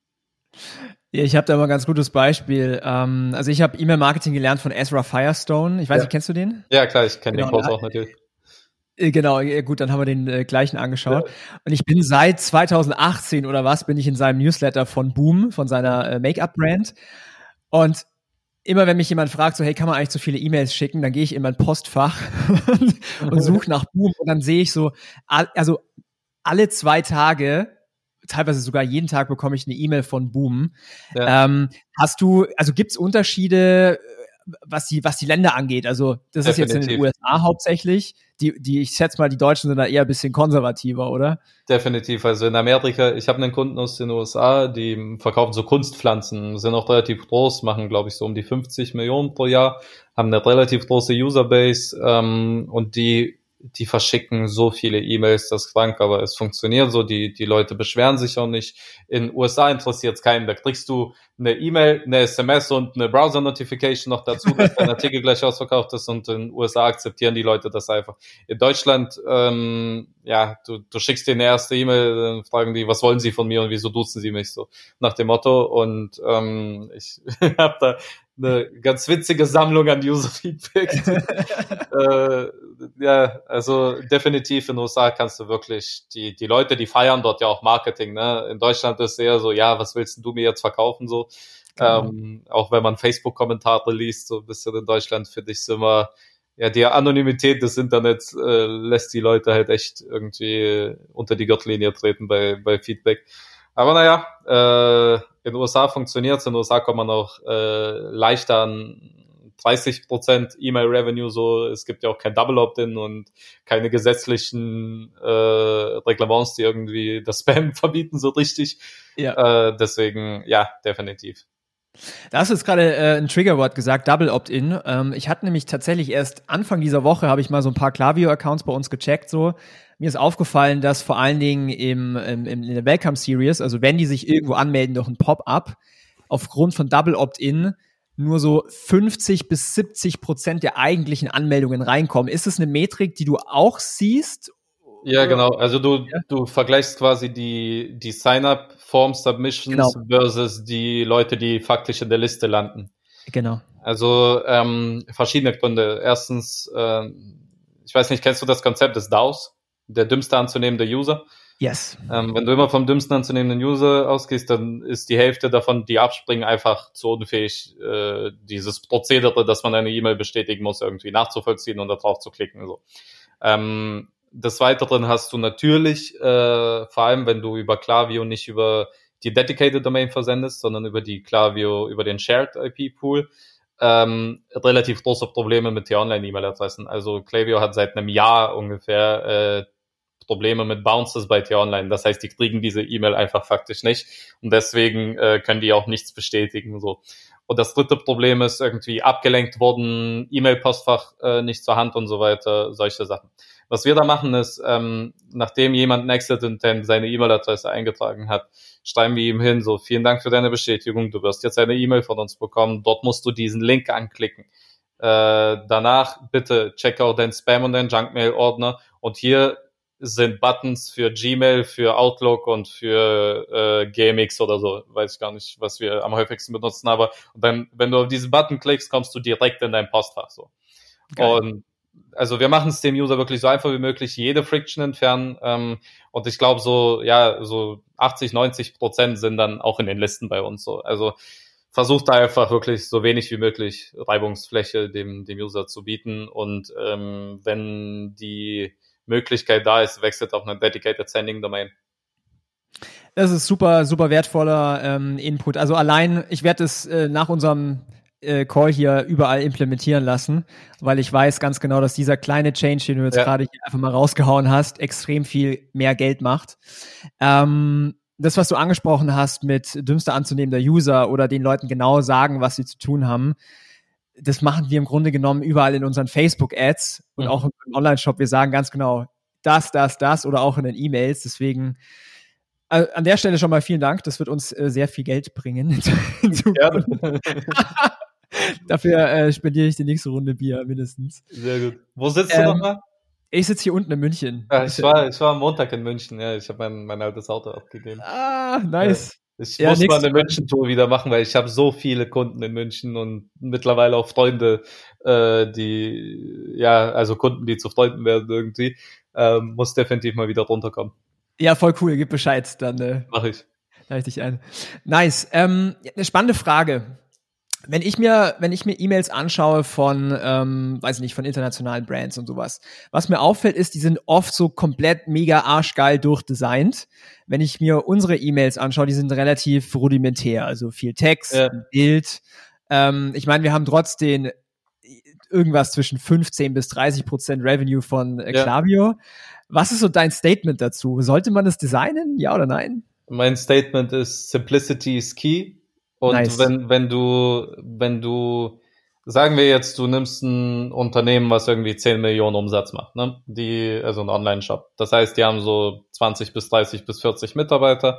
Ja, ich habe da mal ein ganz gutes Beispiel. Ähm, also ich habe E-Mail-Marketing gelernt von Ezra Firestone. Ich weiß Ja. nicht, kennst du den? Ja, klar, ich kenne Genau, den Kurs ja. auch natürlich. Genau, gut, dann haben wir den äh, gleichen angeschaut. Ja. Und ich bin seit zwanzig achtzehn oder was, bin ich in seinem Newsletter von Boom, von seiner äh, Make-up-Brand. Und immer wenn mich jemand fragt, so, hey, kann man eigentlich so viele E-Mails schicken, dann gehe ich in mein Postfach und, und suche nach Boom. Und dann sehe ich so, also alle zwei Tage, teilweise sogar jeden Tag bekomme ich eine E-Mail von Boom. Ja. Ähm, hast du, also gibt's Unterschiede, was die, was die Länder angeht? Also das Definitiv. Ist jetzt in den U S A hauptsächlich. Die, die, ich schätze mal, die Deutschen sind da eher ein bisschen konservativer, oder? Definitiv. Also in Amerika, ich habe einen Kunden aus den U S A, die verkaufen so Kunstpflanzen, sind auch relativ groß, machen, glaube ich, so um die fünfzig Millionen pro Jahr, haben eine relativ große Userbase ähm, und die die verschicken so viele E-Mails, das ist krank, aber es funktioniert so, die die Leute beschweren sich auch nicht. In den U S A interessiert es keinen, da kriegst du eine E-Mail, eine S M S und eine Browser-Notification noch dazu, dass dein Artikel gleich ausverkauft ist und in den U S A akzeptieren die Leute das einfach. In Deutschland, ähm, ja, du, du schickst dir eine erste E-Mail, dann fragen die, was wollen sie von mir und wieso duzen sie mich so, nach dem Motto und ähm, ich habe da eine ganz witzige Sammlung an User-Feedback. äh, ja, also definitiv in den U S A kannst du wirklich, die die Leute, die feiern dort ja auch Marketing, ne? In Deutschland ist eher so, ja, was willst du mir jetzt verkaufen, so. Genau. Ähm, auch wenn man Facebook-Kommentare liest, so ein bisschen in Deutschland, finde ich es immer, ja, die Anonymität des Internets äh, lässt die Leute halt echt irgendwie unter die Gürtellinie treten bei bei Feedback. Aber naja, äh, in den U S A funktioniert's, in den U S A kommt man auch äh, leichter an dreißig Prozent E-Mail-Revenue, so, es gibt ja auch kein Double Opt-in und keine gesetzlichen äh, Reglements, die irgendwie das Spam verbieten, so richtig. Ja. Äh, deswegen, ja, definitiv. Da hast du jetzt gerade äh, ein Triggerwort gesagt, Double Opt-in. Ähm, ich hatte nämlich tatsächlich erst Anfang dieser Woche, habe ich mal so ein paar Klaviyo-Accounts bei uns gecheckt, so. Mir ist aufgefallen, dass vor allen Dingen im, im, in der Welcome-Series, also wenn die sich irgendwo anmelden durch ein Pop-up, aufgrund von Double Opt-in nur so fünfzig bis siebzig Prozent der eigentlichen Anmeldungen reinkommen. Ist es eine Metrik, die du auch siehst? Ja, genau. Also du, ja. du vergleichst quasi die, die Sign-up-Form-Submissions genau. versus die Leute, die faktisch in der Liste landen. Genau. Also ähm, verschiedene Gründe. Erstens, äh, ich weiß nicht, kennst du das Konzept des D A Us? Der dümmste anzunehmende User? Yes. Ähm, wenn du immer vom dümmsten anzunehmenden User ausgehst, dann ist die Hälfte davon, die abspringen, einfach zu unfähig, äh, dieses Prozedere, dass man eine E-Mail bestätigen muss, irgendwie nachzuvollziehen und da drauf zu klicken. So. Ähm, des Weiteren hast du natürlich, äh, vor allem wenn du über Klaviyo nicht über die Dedicated Domain versendest, sondern über die Klaviyo, über den Shared I P Pool, ähm, relativ große Probleme mit T-Online-E-Mail-Adressen. Also Klaviyo hat seit einem Jahr ungefähr äh, Probleme mit Bounces bei T-Online. Das heißt, die kriegen diese E-Mail einfach faktisch nicht und deswegen äh, können die auch nichts bestätigen. So. Und das dritte Problem ist irgendwie abgelenkt worden, E-Mail-Postfach äh, nicht zur Hand und so weiter, solche Sachen. Was wir da machen ist, ähm, nachdem jemand ein Exit-Intent seine E-Mail-Adresse eingetragen hat, schreiben wir ihm hin, so, vielen Dank für deine Bestätigung, du wirst jetzt eine E-Mail von uns bekommen, dort musst du diesen Link anklicken. Äh, danach bitte check out dein Spam- und dein Junk-Mail-Ordner und hier sind Buttons für Gmail, für Outlook und für äh, G M X oder so. Weiß ich gar nicht, was wir am häufigsten benutzen, aber und dann, wenn du auf diesen Button klickst, kommst du direkt in dein Postfach. So. Geil. Und also wir machen es dem User wirklich so einfach wie möglich, jede Friction entfernen. Ähm, und ich glaube so, ja, so achtzig, neunzig Prozent sind dann auch in den Listen bei uns so. Also versucht da einfach wirklich so wenig wie möglich Reibungsfläche dem, dem User zu bieten. Und ähm, wenn die Möglichkeit da ist, wechselt auf eine Dedicated Sending Domain. Das ist super, super wertvoller ähm, Input. Also allein, ich werde es äh, nach unserem äh, Call hier überall implementieren lassen, weil ich weiß ganz genau, dass dieser kleine Change, den du jetzt ja. gerade hier einfach mal rausgehauen hast, extrem viel mehr Geld macht. Ähm, das, was du angesprochen hast mit dümmster anzunehmender User oder den Leuten genau sagen, was sie zu tun haben, das machen wir im Grunde genommen überall in unseren Facebook-Ads und mhm. auch im Online-Shop. Wir sagen ganz genau, das, das, das oder auch in den E-Mails. Deswegen äh, an der Stelle schon mal vielen Dank. Das wird uns äh, sehr viel Geld bringen. Gerne. Dafür äh, spendiere ich die nächste Runde Bier mindestens. Sehr gut. Wo sitzt Ähm, du nochmal? Ich sitze hier unten in München. Ja, ich war, ich war am Montag in München, ja. Ich habe mein, mein altes Auto abgegeben. Ah, nice. Ich Ja, muss mal nächstes eine Mal. München-Tour wieder machen, weil ich habe so viele Kunden in München und mittlerweile auch Freunde, äh, die, ja, also Kunden, die zu Freunden werden irgendwie. Ähm, muss definitiv mal wieder runterkommen. Ja, voll cool. Gib Bescheid, dann äh, Mach ich. lade ich dich ein. Nice. Ähm, eine spannende Frage. Wenn ich mir, wenn ich mir E-Mails anschaue von, ähm, weiß ich nicht, von internationalen Brands und sowas, was mir auffällt, ist, die sind oft so komplett mega arschgeil durchdesignt. Wenn ich mir unsere E-Mails anschaue, die sind relativ rudimentär, also viel Text, Ja. Bild. Ähm, ich meine, wir haben trotzdem irgendwas zwischen fünfzehn bis dreißig Prozent Revenue von äh, Ja. Klaviyo. Was ist so dein Statement dazu? Sollte man das designen? Ja oder nein? Mein Statement ist Simplicity is key. Und Nice. wenn, wenn du, wenn du, sagen wir jetzt, du nimmst ein Unternehmen, was irgendwie zehn Millionen Umsatz macht, ne? Die, also ein Online-Shop. Das heißt, die haben so zwanzig bis dreißig bis vierzig Mitarbeiter.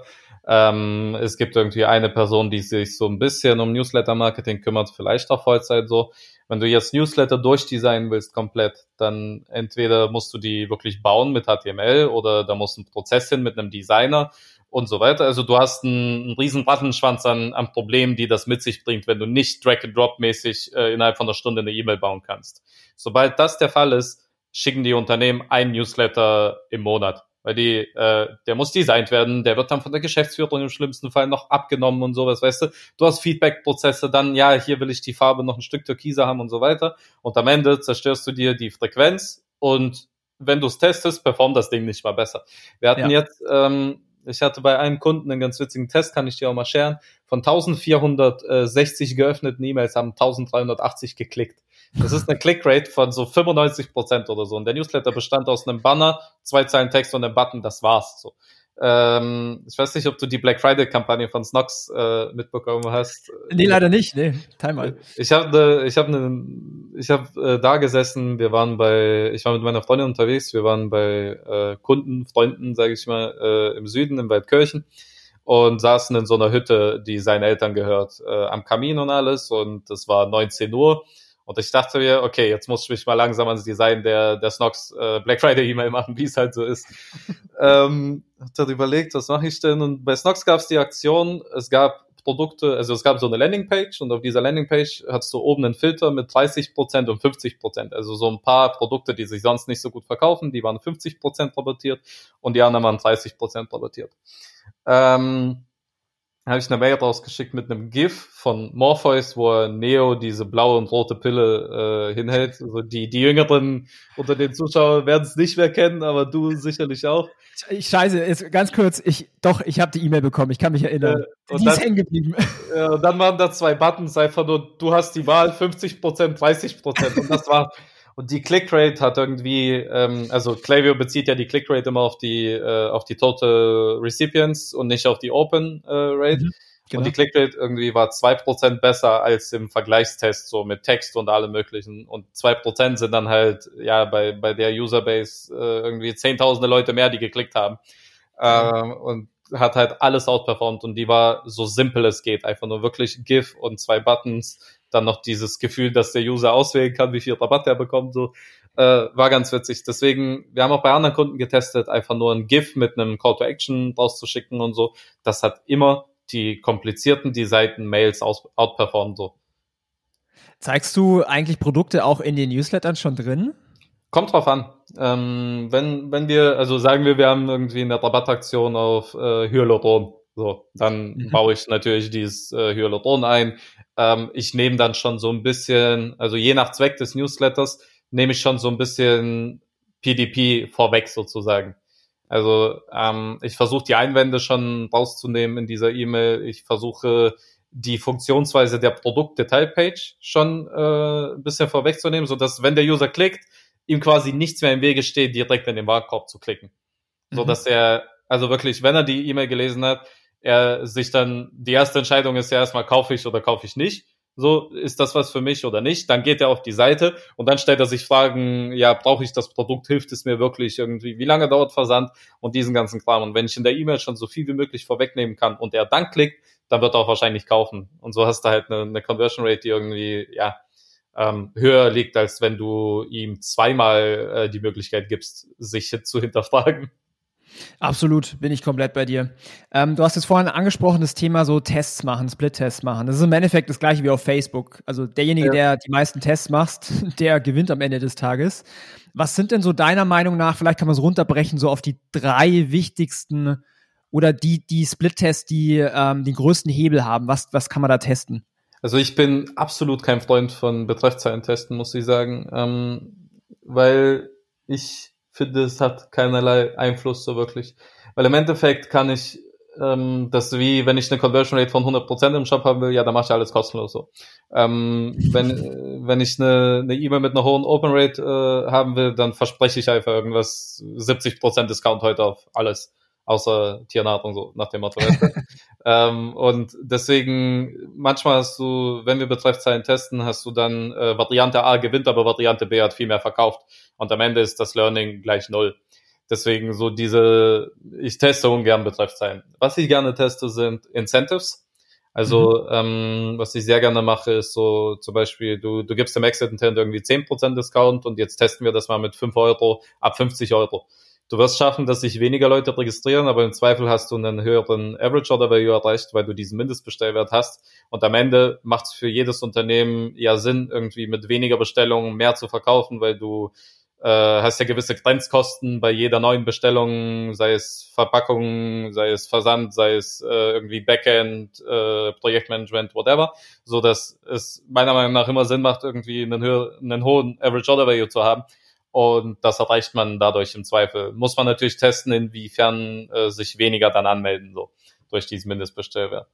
Ähm, es gibt irgendwie eine Person, die sich so ein bisschen um Newsletter-Marketing kümmert, vielleicht auch Vollzeit so. Wenn du jetzt Newsletter durchdesignen willst komplett, dann entweder musst du die wirklich bauen mit H T M L oder da muss ein Prozess hin mit einem Designer und so weiter. Also du hast einen, einen riesen Rattenschwanz an, an Problemen, die das mit sich bringt, wenn du nicht Drag-and-Drop-mäßig äh, innerhalb von einer Stunde eine E-Mail bauen kannst. Sobald das der Fall ist, schicken die Unternehmen ein Newsletter im Monat. Weil die, äh, der muss designt werden, der wird dann von der Geschäftsführung im schlimmsten Fall noch abgenommen und sowas, weißt du. Du hast Feedback-Prozesse, dann, ja, hier will ich die Farbe noch ein Stück türkiser haben und so weiter. Und am Ende zerstörst du dir die Frequenz und wenn du es testest, performt das Ding nicht mal besser. Wir hatten Ja. jetzt, ähm, ich hatte bei einem Kunden einen ganz witzigen Test, kann ich dir auch mal sharen. Von eintausendvierhundertsechzig geöffneten E-Mails haben eintausenddreihundertachtzig geklickt. Das ist eine Clickrate von so fünfundneunzig Prozent oder so. Und der Newsletter bestand aus einem Banner, zwei Zeilen Text und einem Button, das war's. So. Ähm, ich weiß nicht, ob du die Black Friday-Kampagne von Snox äh, mitbekommen hast. Nee, leider nicht. Nee, teil mal. Ich habe ne, ich habe ne, ich habe äh, da gesessen, wir waren bei, ich war mit meiner Freundin unterwegs, wir waren bei äh, Kunden, Freunden, sage ich mal, äh, im Süden, in Waldkirchen und saßen in so einer Hütte, die seinen Eltern gehört, äh, am Kamin und alles und es war neunzehn Uhr und ich dachte mir, okay, jetzt muss ich mich mal langsam ans Design der der Snox äh, Black Friday E-Mail machen, wie es halt so ist. ähm, hab dann überlegt, was mache ich denn? Und bei Snox gab es die Aktion, es gab Produkte, also es gab so eine Landingpage und auf dieser Landingpage hattest du oben einen Filter mit dreißig Prozent und fünfzig Prozent. Also so ein paar Produkte, die sich sonst nicht so gut verkaufen, die waren fünfzig Prozent rabattiert und die anderen waren dreißig Prozent rabattiert. Ähm, habe ich eine Mail rausgeschickt mit einem GIF von Morpheus, wo Neo diese blaue und rote Pille äh, hinhält. Also die, die Jüngeren unter den Zuschauern werden es nicht mehr kennen, aber du sicherlich auch. Ich scheiße, jetzt ganz kurz, ich doch, ich habe die E-Mail bekommen, ich kann mich erinnern. Äh, die dann, ist hängen geblieben. Äh, und dann waren da zwei Buttons, einfach nur, du hast die Wahl, fünfzig Prozent, dreißig Prozent und das war, und die Clickrate hat irgendwie, ähm, also Klaviyo bezieht ja die Clickrate immer auf die, äh, auf die Total Recipients und nicht auf die Open äh, Rate. Mhm. Genau. Und die Clickrate irgendwie war zwei Prozent besser als im Vergleichstest, so mit Text und allem möglichen. Und zwei Prozent sind dann halt, ja, bei, bei der Userbase äh, irgendwie zehntausende Leute mehr, die geklickt haben. Mhm. Ähm, und hat halt alles outperformt und die war so simpel es geht. Einfach nur wirklich GIF und zwei Buttons, dann noch dieses Gefühl, dass der User auswählen kann, wie viel Rabatt er bekommt, so. Äh, war ganz witzig. Deswegen, wir haben auch bei anderen Kunden getestet, einfach nur ein GIF mit einem Call to Action rauszuschicken und so. Das hat immer die komplizierten, die Seiten, Mails aus, outperformen, so. Zeigst du eigentlich Produkte auch in den Newslettern schon drin? Kommt drauf an. Ähm, wenn, wenn wir, also sagen wir, wir haben irgendwie eine Rabattaktion auf äh, Hyaluron, so, dann mhm. baue ich natürlich dieses äh, Hyaluron ein. Ähm, ich nehme dann schon so ein bisschen, also je nach Zweck des Newsletters, nehme ich schon so ein bisschen P D P vorweg sozusagen. Also ähm, ich versuche die Einwände schon rauszunehmen in dieser E-Mail. Ich versuche die Funktionsweise der Produktdetailpage schon äh, ein bisschen vorwegzunehmen, sodass, wenn der User klickt, ihm quasi nichts mehr im Wege steht, direkt in den Warenkorb zu klicken. Mhm. So dass er, also wirklich, wenn er die E-Mail gelesen hat, er sich dann, die erste Entscheidung ist ja erstmal, kaufe ich oder kaufe ich nicht. so, ist das was für mich oder nicht? Dann geht er auf die Seite und dann stellt er sich Fragen, ja, brauche ich das Produkt, hilft es mir wirklich irgendwie, wie lange dauert Versand und diesen ganzen Kram. Und wenn ich in der E-Mail schon so viel wie möglich vorwegnehmen kann und er dann klickt, dann wird er auch wahrscheinlich kaufen. Und so hast du halt eine, eine Conversion Rate, die irgendwie, ja, ähm, höher liegt, als wenn du ihm zweimal äh, die Möglichkeit gibst, sich zu hinterfragen. Absolut, bin ich komplett bei dir. Ähm, du hast jetzt vorhin angesprochen, das Thema so Tests machen, Split-Tests machen. Das ist im Endeffekt das gleiche wie auf Facebook. Also derjenige, ja. der die meisten Tests macht, der gewinnt am Ende des Tages. Was sind denn so deiner Meinung nach, vielleicht kann man es runterbrechen, so auf die drei wichtigsten oder die, die Split-Tests, die ähm, den größten Hebel haben? Was, was kann man da testen? Also ich bin absolut kein Freund von Betreffzeilentesten, muss ich sagen, ähm, weil ich finde, es hat keinerlei Einfluss so wirklich. Weil im Endeffekt kann ich ähm, das wie, wenn ich eine Conversion Rate von hundert Prozent im Shop haben will, ja, dann mache ich alles kostenlos so. Ähm, wenn wenn ich eine eine E-Mail mit einer hohen Open Rate äh, haben will, dann verspreche ich einfach irgendwas, siebzig Prozent Discount heute auf alles, außer Tiernahrung, so nach dem Motto. ähm, und deswegen, manchmal hast du, wenn wir Betreffzeilen testen, hast du dann äh, Variante A gewinnt, aber Variante B hat viel mehr verkauft. Und am Ende ist das Learning gleich null. Deswegen so diese, ich teste ungern Betreffzeilen. Was ich gerne teste, sind Incentives. Also, mhm. ähm, was ich sehr gerne mache, ist so zum Beispiel, du, du gibst dem Exit-Intent irgendwie zehn Prozent Discount und jetzt testen wir das mal mit fünf Euro ab fünfzig Euro. Du wirst schaffen, dass sich weniger Leute registrieren, aber im Zweifel hast du einen höheren Average Order Value erreicht, weil du diesen Mindestbestellwert hast. Und am Ende macht es für jedes Unternehmen ja Sinn, irgendwie mit weniger Bestellungen mehr zu verkaufen, weil du äh, hast ja gewisse Grenzkosten bei jeder neuen Bestellung, sei es Verpackung, sei es Versand, sei es äh, irgendwie Backend, äh, Projektmanagement, whatever, so dass es meiner Meinung nach immer Sinn macht, irgendwie einen, höher, einen hohen Average Order Value zu haben. Und das erreicht man dadurch im Zweifel. Muss man natürlich testen, inwiefern äh, sich weniger dann anmelden, so durch diesen Mindestbestellwert.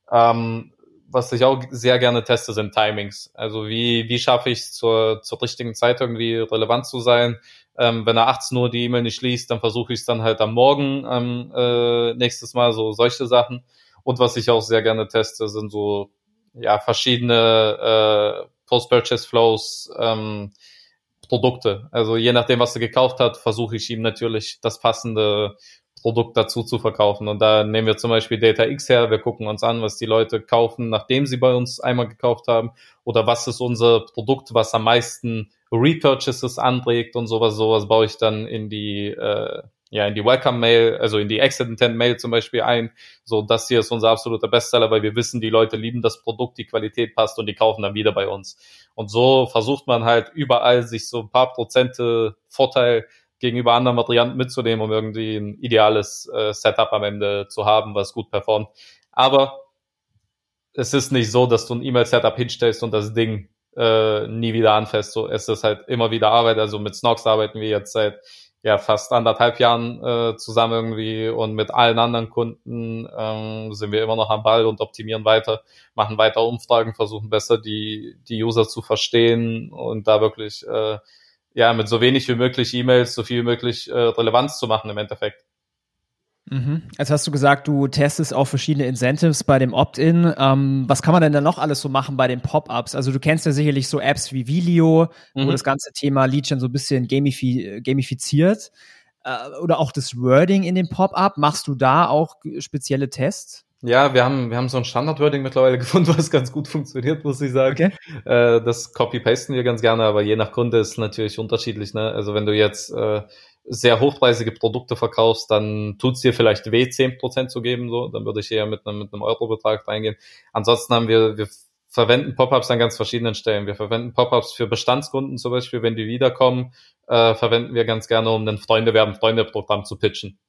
Ähm, was ich auch sehr gerne teste, sind Timings. Also wie wie schaffe ich es zur zur richtigen Zeit irgendwie relevant zu sein? Ähm, wenn er achtzehn Uhr die E-Mail nicht liest, dann versuche ich es dann halt am Morgen ähm, äh, nächstes Mal, so solche Sachen. Und was ich auch sehr gerne teste, sind so ja verschiedene äh, Post-Purchase-Flows, ähm, Produkte. Also je nachdem, was er gekauft hat, versuche ich ihm natürlich das passende Produkt dazu zu verkaufen. Und da nehmen wir zum Beispiel Data X her. Wir gucken uns an, was die Leute kaufen, nachdem sie bei uns einmal gekauft haben. Oder was ist unser Produkt, was am meisten Repurchases anregt und sowas. Sowas baue ich dann in die äh, ja in die Welcome-Mail, also in die Exit-Intent-Mail zum Beispiel ein. So, das hier ist unser absoluter Bestseller, weil wir wissen, die Leute lieben das Produkt, die Qualität passt und die kaufen dann wieder bei uns. Und so versucht man halt überall sich so ein paar Prozente Vorteil gegenüber anderen Varianten mitzunehmen, um irgendwie ein ideales äh, Setup am Ende zu haben, was gut performt. Aber es ist nicht so, dass du ein E-Mail-Setup hinstellst und das Ding äh, nie wieder anfasst. So, es ist halt immer wieder Arbeit. Also mit Snox arbeiten wir jetzt seit ja fast anderthalb Jahren äh, zusammen irgendwie und mit allen anderen Kunden ähm, sind wir immer noch am Ball und optimieren weiter, machen weiter Umfragen, versuchen besser die die User zu verstehen und da wirklich äh, ja mit so wenig wie möglich E-Mails so viel wie möglich äh, Relevanz zu machen im Endeffekt. Mhm. Jetzt hast du gesagt, du testest auch verschiedene Incentives bei dem Opt-in. Ähm, was kann man denn da noch alles so machen bei den Pop-ups? Also du kennst ja sicherlich so Apps wie Vilio, mhm. wo das ganze Thema Leadgen so ein bisschen gamifi- gamifiziert. Äh, oder auch das Wording in dem Pop-up. Machst du da auch spezielle Tests? Ja, wir haben wir haben so ein Standard-Wording mittlerweile gefunden, was ganz gut funktioniert, muss ich sagen. Okay. Äh, das copy-pasten wir ganz gerne, aber je nach Kunde ist es natürlich unterschiedlich. Ne? Also wenn du jetzt äh, sehr hochpreisige Produkte verkaufst, dann tut's dir vielleicht weh, zehn Prozent zu geben, so. Dann würde ich eher mit einem, mit einem Euro-Betrag reingehen. Ansonsten haben wir, wir verwenden Pop-ups an ganz verschiedenen Stellen. Wir verwenden Pop-ups für Bestandskunden zum Beispiel, wenn die wiederkommen, äh, verwenden wir ganz gerne, um ein Freunde-werben-Freunde-Programm zu pitchen.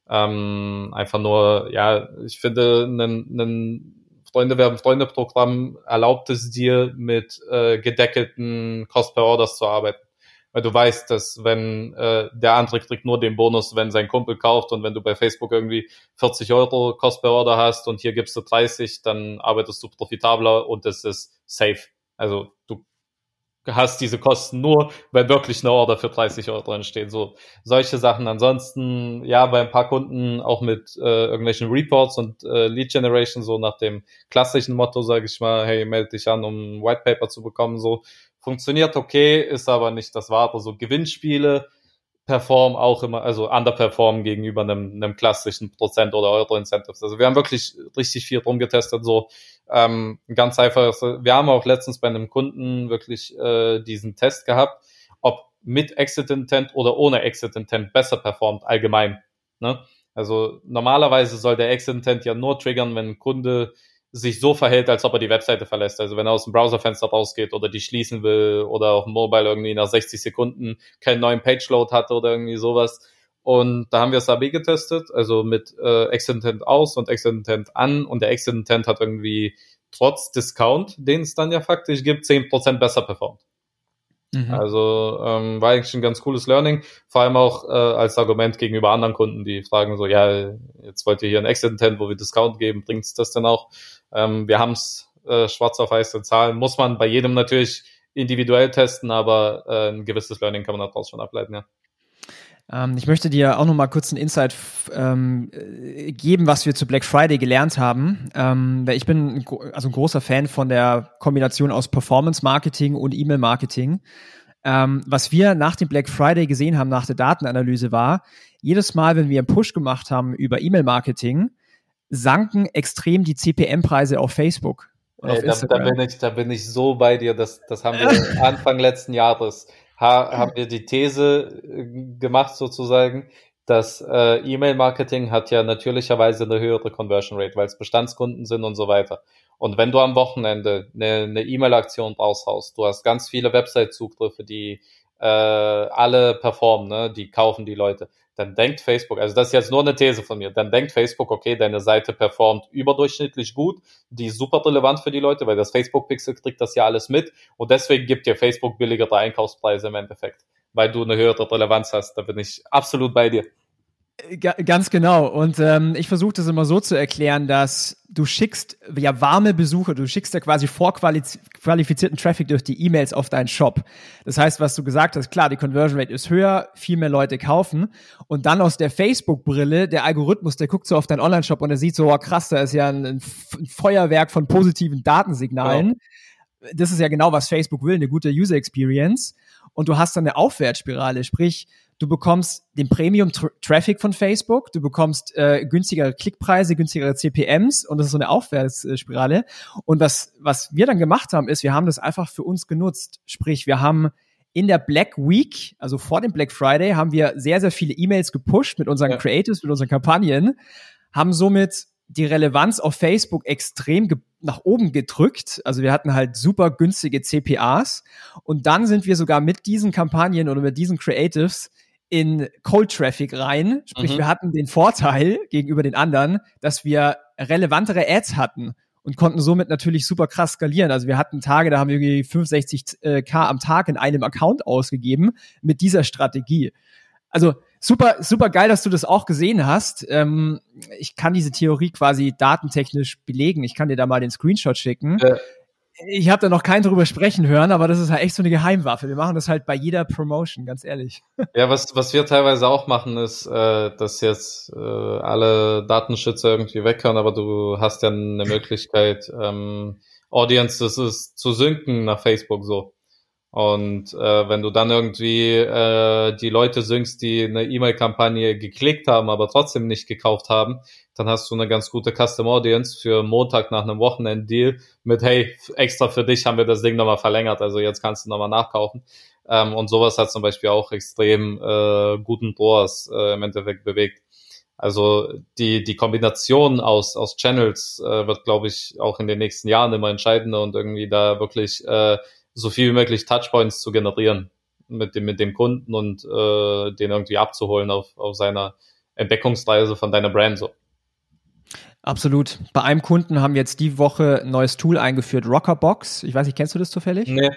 Ähm, einfach nur, ja, ich finde, ein, ein Freunde-werben-Freunde-Programm erlaubt es dir, mit äh, gedeckelten Cost-per-Orders zu arbeiten. Weil du weißt, dass wenn äh, der andere kriegt nur den Bonus, wenn sein Kumpel kauft und wenn du bei Facebook irgendwie vierzig Euro Cost per Order hast und hier gibst du dreißig, dann arbeitest du profitabler und es ist safe. Also du hast diese Kosten nur, wenn wirklich eine Order für dreißig Euro entsteht. So, solche Sachen. Ansonsten, ja, bei ein paar Kunden auch mit äh, irgendwelchen Reports und äh, Lead Generation, so nach dem klassischen Motto, sage ich mal, hey, melde dich an, um ein White Paper zu bekommen. So, funktioniert okay, ist aber nicht das Wahre. So, Gewinnspiele performen auch immer, also underperformen gegenüber einem, einem klassischen Prozent- oder Euro-Incentives. Also wir haben wirklich richtig viel drum getestet, so ähm, ganz einfach. Wir haben auch letztens bei einem Kunden wirklich äh, diesen Test gehabt, ob mit Exit Intent oder ohne Exit Intent besser performt, allgemein. Ne? Also normalerweise soll der Exit Intent ja nur triggern, wenn ein Kunde sich so verhält, als ob er die Webseite verlässt. Also wenn er aus dem Browserfenster rausgeht oder die schließen will oder auf dem Mobile irgendwie nach sechzig Sekunden keinen neuen Page-Load hatte oder irgendwie sowas. Und da haben wir das A B getestet, also mit äh, Exit Intent aus und Exit Intent an. Und der Exit Intent hat irgendwie trotz Discount, den es dann ja faktisch gibt, zehn Prozent besser performt. Mhm. Also ähm, war eigentlich ein ganz cooles Learning, vor allem auch äh, als Argument gegenüber anderen Kunden, die fragen so, ja, jetzt wollt ihr hier ein Exit Intent, wo wir Discount geben, bringt's das denn auch? Ähm, wir haben es äh, schwarz auf weiß in Zahlen, muss man bei jedem natürlich individuell testen, aber äh, ein gewisses Learning kann man daraus schon ableiten, ja. Ähm, ich möchte dir auch noch mal kurz einen Insight f- ähm, geben, was wir zu Black Friday gelernt haben. Ähm, ich bin ein, also ein großer Fan von der Kombination aus Performance-Marketing und E-Mail-Marketing. Ähm, was wir nach dem Black Friday gesehen haben, nach der Datenanalyse war, jedes Mal, wenn wir einen Push gemacht haben über E-Mail-Marketing, sanken extrem die C P M-Preise auf Facebook und Ey, auf Instagram. Da, da, bin ich, da bin ich so bei dir, das, das haben wir Anfang letzten Jahres, ha, haben wir die These gemacht sozusagen, dass äh, E-Mail-Marketing hat ja natürlicherweise eine höhere Conversion Rate, weil es Bestandskunden sind und so weiter. Und wenn du am Wochenende eine, eine E-Mail-Aktion raushaust, du hast ganz viele Website-Zugriffe, die äh, alle performen, ne? Die kaufen die Leute, dann denkt Facebook, also das ist jetzt nur eine These von mir, dann denkt Facebook, okay, deine Seite performt überdurchschnittlich gut, die ist super relevant für die Leute, weil das Facebook-Pixel kriegt das ja alles mit und deswegen gibt dir Facebook billigere Einkaufspreise im Endeffekt, weil du eine höhere Relevanz hast. Da bin ich absolut bei dir. G- Ganz genau. Und ähm, ich versuche das immer so zu erklären, dass du schickst ja warme Besucher, du schickst ja quasi vorqualifizierten Traffic durch die E-Mails auf deinen Shop. Das heißt, was du gesagt hast, klar, die Conversion Rate ist höher, viel mehr Leute kaufen. Und dann aus der Facebook-Brille, der Algorithmus, der guckt so auf deinen Online-Shop und der sieht so, oh krass, da ist ja ein, ein Feuerwerk von positiven Datensignalen. Genau. Das ist ja genau, was Facebook will, eine gute User Experience. Und du hast dann eine Aufwärtsspirale, sprich, du bekommst den Premium-Traffic von Facebook, du bekommst äh, günstigere Klickpreise, günstigere C P Ms und das ist so eine Aufwärtsspirale. Und was, was wir dann gemacht haben, ist, wir haben das einfach für uns genutzt. Sprich, wir haben in der Black Week, also vor dem Black Friday, haben wir sehr, sehr viele E-Mails gepusht mit unseren ja. Creatives, mit unseren Kampagnen, haben somit die Relevanz auf Facebook extrem ge- nach oben gedrückt. Also wir hatten halt super günstige C P As und dann sind wir sogar mit diesen Kampagnen oder mit diesen Creatives in Cold Traffic rein. Sprich, mhm. wir hatten den Vorteil gegenüber den anderen, dass wir relevantere Ads hatten und konnten somit natürlich super krass skalieren. Also wir hatten Tage, da haben wir irgendwie fünfundsechzig K am Tag in einem Account ausgegeben mit dieser Strategie. Also super, super geil, dass du das auch gesehen hast. Ähm, ich kann diese Theorie quasi datentechnisch belegen. Ich kann dir da mal den Screenshot schicken. Ja. Ich habe da noch keinen drüber sprechen hören, aber das ist halt echt so eine Geheimwaffe. Wir machen das halt bei jeder Promotion, ganz ehrlich. Ja, was was wir teilweise auch machen, ist, äh, dass jetzt äh, alle Datenschützer irgendwie weghören, aber du hast ja eine Möglichkeit, ähm, Audiences zu synken nach Facebook so. Und äh, wenn du dann irgendwie äh, die Leute synkst, die eine E-Mail-Kampagne geklickt haben, aber trotzdem nicht gekauft haben, dann hast du eine ganz gute Custom Audience für Montag nach einem Wochenend-Deal mit, hey, extra für dich haben wir das Ding nochmal verlängert, also jetzt kannst du nochmal nachkaufen. Ähm, und sowas hat zum Beispiel auch extrem äh, guten R O A S äh, im Endeffekt bewegt. Also die die Kombination aus aus Channels äh, wird, glaube ich, auch in den nächsten Jahren immer entscheidender und irgendwie da wirklich äh, so viel wie möglich Touchpoints zu generieren mit dem mit dem Kunden und äh, den irgendwie abzuholen auf auf seiner Entdeckungsreise von deiner Brand so. Absolut. Bei einem Kunden haben wir jetzt die Woche ein neues Tool eingeführt, Rockerbox. Ich weiß nicht, kennst du das zufällig? Nee.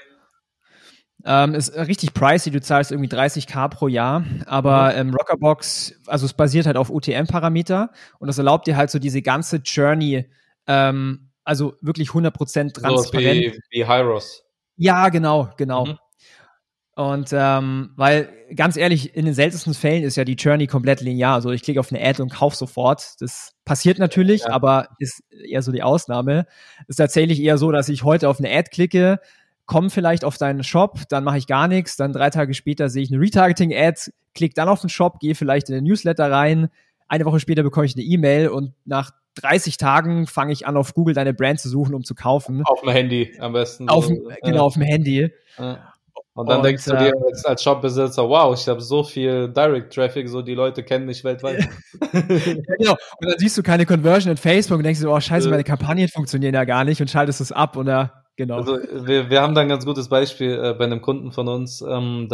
Ähm, ist richtig pricey, du zahlst irgendwie dreißig K pro Jahr, aber mhm. ähm, Rockerbox, also es basiert halt auf O T M-Parameter und das erlaubt dir halt so diese ganze Journey, ähm, also wirklich hundert Prozent transparent. So wie, wie Hyros. Ja, genau, genau. Mhm. Und ähm, weil, ganz ehrlich, in den seltensten Fällen ist ja die Journey komplett linear. Also ich klicke auf eine Ad und kaufe sofort. Das passiert natürlich, Ja. aber ist eher so die Ausnahme. Ist tatsächlich eher so, dass ich heute auf eine Ad klicke, komme vielleicht auf deinen Shop, dann mache ich gar nichts, dann drei Tage später sehe ich eine Retargeting-Ad, klicke dann auf den Shop, gehe vielleicht in den Newsletter rein, eine Woche später bekomme ich eine E-Mail und nach dreißig Tagen fange ich an, auf Google deine Brand zu suchen, um zu kaufen. Auf dem Handy am besten. Auf, so. genau, ja. auf dem Handy. Ja. Und dann Und, denkst du dir ähm, als, als Shopbesitzer, wow, ich habe so viel Direct-Traffic, so die Leute kennen mich weltweit. Ja, genau. Und dann siehst du keine Conversion in Facebook und denkst dir, oh scheiße, Äh. meine Kampagnen funktionieren ja gar nicht und schaltest es ab oder genau. Also wir, wir haben da ein ganz gutes Beispiel äh, bei einem Kunden von uns. Ähm,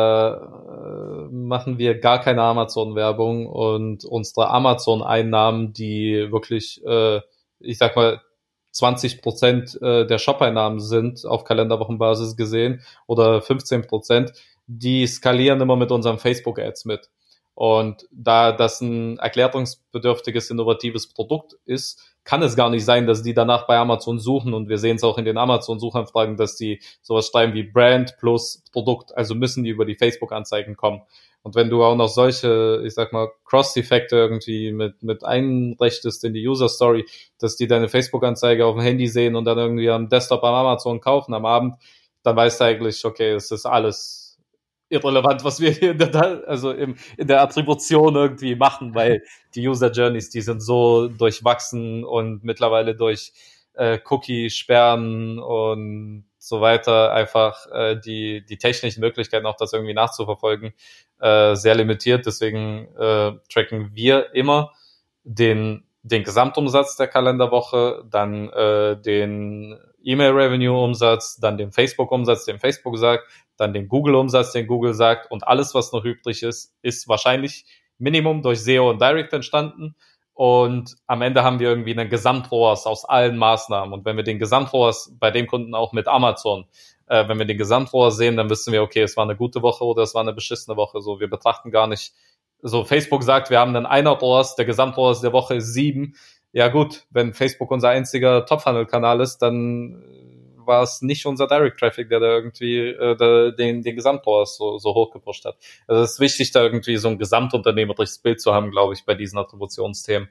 da äh, machen wir gar keine Amazon-Werbung und unsere Amazon-Einnahmen, die wirklich, äh, ich sag mal, zwanzig Prozent äh, der Shop-Einnahmen sind, auf Kalenderwochenbasis gesehen, oder fünfzehn Prozent, die skalieren immer mit unseren Facebook-Ads mit. Und da das ein erklärungsbedürftiges, innovatives Produkt ist, kann es gar nicht sein, dass die danach bei Amazon suchen, und wir sehen es auch in den Amazon-Suchanfragen, dass die sowas schreiben wie Brand plus Produkt, also müssen die über die Facebook-Anzeigen kommen. Und wenn du auch noch solche, ich sag mal, Cross-Effekte irgendwie mit mit einrichtest in die User-Story, dass die deine Facebook-Anzeige auf dem Handy sehen und dann irgendwie am Desktop am Amazon kaufen am Abend, dann weißt du eigentlich, okay, es ist alles irrelevant, was wir hier in der, also im, in der Attribution irgendwie machen, weil die User Journeys, die sind so durchwachsen und mittlerweile durch äh, Cookie-Sperren und so weiter einfach äh, die die technischen Möglichkeiten, auch das irgendwie nachzuverfolgen, äh, sehr limitiert. Deswegen äh, tracken wir immer den den Gesamtumsatz der Kalenderwoche, dann äh, den E-Mail-Revenue-Umsatz, dann den Facebook-Umsatz, den Facebook sagt, dann den Google-Umsatz, den Google sagt, und alles, was noch übrig ist, ist wahrscheinlich Minimum durch S E O und Direct entstanden. Und am Ende haben wir irgendwie einen Gesamt-R O A S aus allen Maßnahmen. Und wenn wir den Gesamt-R O A S bei dem Kunden auch mit Amazon, äh, wenn wir den Gesamt-R O A S sehen, dann wissen wir, okay, es war eine gute Woche oder es war eine beschissene Woche. So, wir betrachten gar nicht, so Facebook sagt, wir haben einen Einer-R O A S, der Gesamt-R O A S der Woche ist sieben. Ja gut, wenn Facebook unser einziger Top-Funnel-Kanal ist, dann war es nicht unser Direct-Traffic, der da irgendwie äh, der, den, den Gesamt-R O A S so, so hoch gepusht hat. Also es ist wichtig, da irgendwie so ein gesamtunternehmerisches Bild zu haben, glaube ich, bei diesen Attributionsthemen.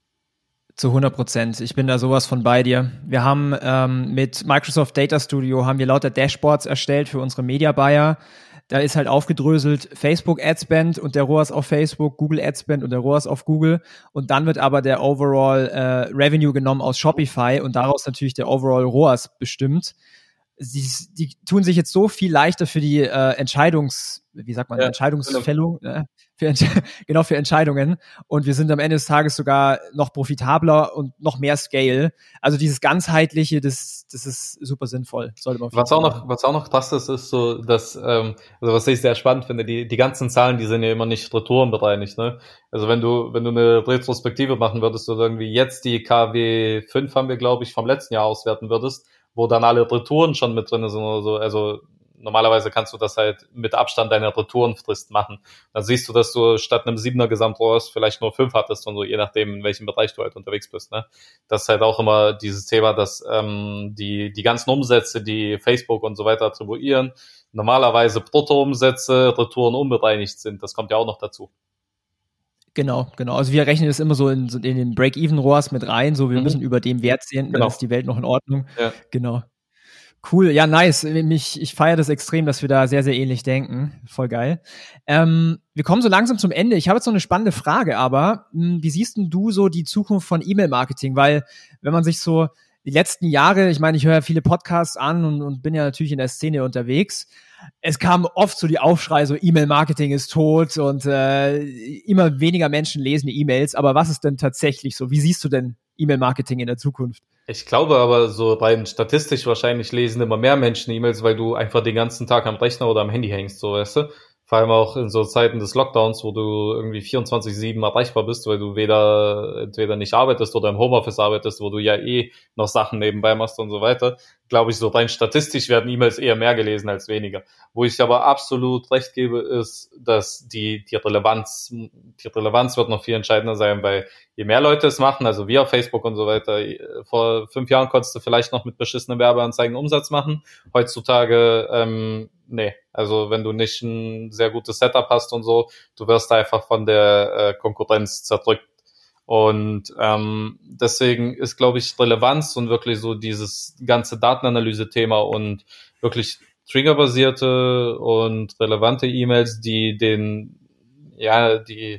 Zu hundert Prozent. Ich bin da sowas von bei dir. Wir haben ähm, mit Microsoft Data Studio haben wir lauter Dashboards erstellt für unsere Media Buyer. Da ist halt aufgedröselt Facebook Adspend und der R O A S auf Facebook, Google Adspend und der R O A S auf Google. Und dann wird aber der Overall äh, Revenue genommen aus Shopify und daraus natürlich der Overall R O A S bestimmt. Sie, die tun sich jetzt so viel leichter für die äh, Entscheidungs, wie sagt man, ja, Entscheidungsfällung, genau. Äh, für Entsch- genau, für Entscheidungen. Und wir sind am Ende des Tages sogar noch profitabler und noch mehr Scale. Also dieses ganzheitliche, das, das ist super sinnvoll. Sollte man was auch noch, was auch noch krass ist, ist so, dass, ähm, also was ich sehr spannend finde, die, die ganzen Zahlen, die sind ja immer nicht retourenbereinigt, ne? Also wenn du, wenn du eine Retrospektive machen würdest oder irgendwie jetzt die K W fünf haben wir, glaube ich, vom letzten Jahr auswerten würdest, wo dann alle Retouren schon mit drin sind oder so, also normalerweise kannst du das halt mit Abstand deiner Retourenfrist machen. Dann siehst du, dass du statt einem siebener Gesamt-R O A S vielleicht nur fünf hattest und so, je nachdem, in welchem Bereich du halt unterwegs bist, ne? Das ist halt auch immer dieses Thema, dass ähm, die die ganzen Umsätze, die Facebook und so weiter attribuieren, normalerweise Bruttoumsätze, Retouren unbereinigt sind. Das kommt ja auch noch dazu. Genau, genau. Also wir rechnen das immer so in, in den Break-Even-R O A S mit rein, so wir Mhm. müssen über dem Wert sehen, dann Genau. ist die Welt noch in Ordnung. Ja. Genau. Cool, ja, nice. Mich, ich feiere das extrem, dass wir da sehr, sehr ähnlich denken. Voll geil. Ähm, wir kommen so langsam zum Ende. Ich habe jetzt noch eine spannende Frage, aber mh, wie siehst denn du so die Zukunft von E-Mail-Marketing? Weil wenn man sich so die letzten Jahre, ich meine, ich höre ja viele Podcasts an und, und bin ja natürlich in der Szene unterwegs. Es kam oft so die Aufschrei, so E-Mail-Marketing ist tot und äh, immer weniger Menschen lesen die E-Mails. Aber was ist denn tatsächlich so? Wie siehst du denn E-Mail-Marketing in der Zukunft? Ich glaube aber, so rein statistisch wahrscheinlich lesen immer mehr Menschen E-Mails, weil du einfach den ganzen Tag am Rechner oder am Handy hängst, so, weißt du? Vor allem auch in so Zeiten des Lockdowns, wo du irgendwie vierundzwanzig sieben erreichbar bist, weil du weder entweder nicht arbeitest oder im Homeoffice arbeitest, wo du ja eh noch Sachen nebenbei machst und so weiter. glaube ich, so rein statistisch werden E-Mails eher mehr gelesen als weniger. Wo ich aber absolut recht gebe, ist, dass die, die Relevanz, die Relevanz wird noch viel entscheidender sein, weil je mehr Leute es machen, also wir auf Facebook und so weiter, vor fünf Jahren konntest du vielleicht noch mit beschissenen Werbeanzeigen Umsatz machen. Heutzutage, ähm, nee. Also wenn du nicht ein sehr gutes Setup hast und so, du wirst einfach von der äh, Konkurrenz zerdrückt. Und ähm, deswegen ist, glaube ich, Relevanz und wirklich so dieses ganze Datenanalyse-Thema und wirklich triggerbasierte und relevante E-Mails, die den, ja, die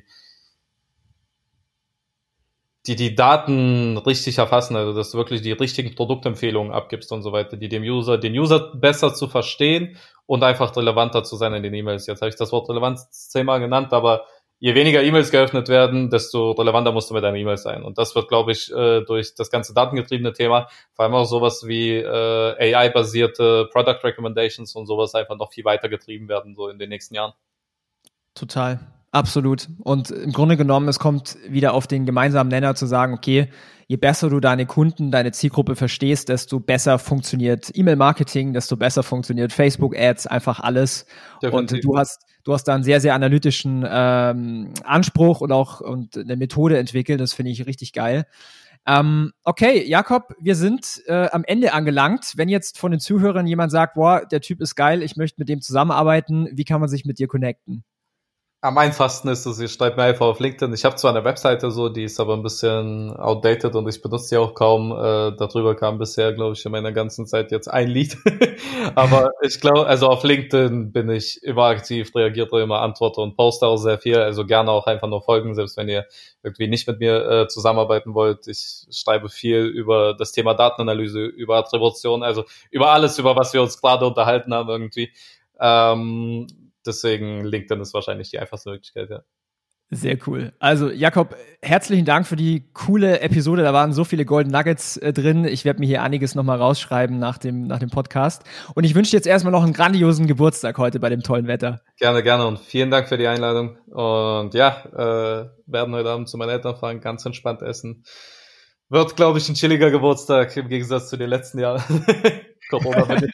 die die Daten richtig erfassen, also dass du wirklich die richtigen Produktempfehlungen abgibst und so weiter, die dem User, den User besser zu verstehen und einfach relevanter zu sein in den E-Mails. Jetzt habe ich das Wort Relevanz zehnmal genannt, aber je weniger E-Mails geöffnet werden, desto relevanter musst du mit deinen E-Mails sein. Und das wird, glaube ich, durch das ganze datengetriebene Thema, vor allem auch sowas wie äh, A I-basierte Product Recommendations und sowas einfach noch viel weiter getrieben werden, so in den nächsten Jahren. Total. Absolut. Und im Grunde genommen, es kommt wieder auf den gemeinsamen Nenner zu sagen, okay, je besser du deine Kunden, deine Zielgruppe verstehst, desto besser funktioniert E-Mail-Marketing, desto besser funktioniert Facebook-Ads, einfach alles. Definitiv. Und du hast, du hast da einen sehr, sehr analytischen ähm, Anspruch und auch und eine Methode entwickelt. Das finde ich richtig geil. Ähm, okay, Jakob, wir sind äh, am Ende angelangt. Wenn jetzt von den Zuhörern jemand sagt, boah, der Typ ist geil, ich möchte mit dem zusammenarbeiten, wie kann man sich mit dir connecten? Am einfachsten ist es, ich schreibe mir einfach auf LinkedIn. Ich habe zwar eine Webseite so, die ist aber ein bisschen outdated und ich benutze sie auch kaum. Äh, darüber kam bisher, glaube ich, in meiner ganzen Zeit jetzt ein Lied. Aber ich glaube, also auf LinkedIn bin ich immer aktiv, reagiere immer, antworte und poste auch sehr viel. Also gerne auch einfach nur folgen, selbst wenn ihr irgendwie nicht mit mir äh, zusammenarbeiten wollt. Ich schreibe viel über das Thema Datenanalyse, über Attribution, also über alles, über was wir uns gerade unterhalten haben irgendwie. Ähm, Deswegen LinkedIn ist wahrscheinlich die einfachste Möglichkeit, ja. Sehr cool. Also Jakob, herzlichen Dank für die coole Episode. Da waren so viele Golden Nuggets äh, drin. Ich werde mir hier einiges nochmal rausschreiben nach dem, nach dem Podcast. Und ich wünsche dir jetzt erstmal noch einen grandiosen Geburtstag heute bei dem tollen Wetter. Gerne, gerne und vielen Dank für die Einladung. Und ja, äh, werden heute Abend zu meinen Eltern fahren, ganz entspannt essen. Wird, glaube ich, ein chilliger Geburtstag im Gegensatz zu den letzten Jahren. Corona bedingt.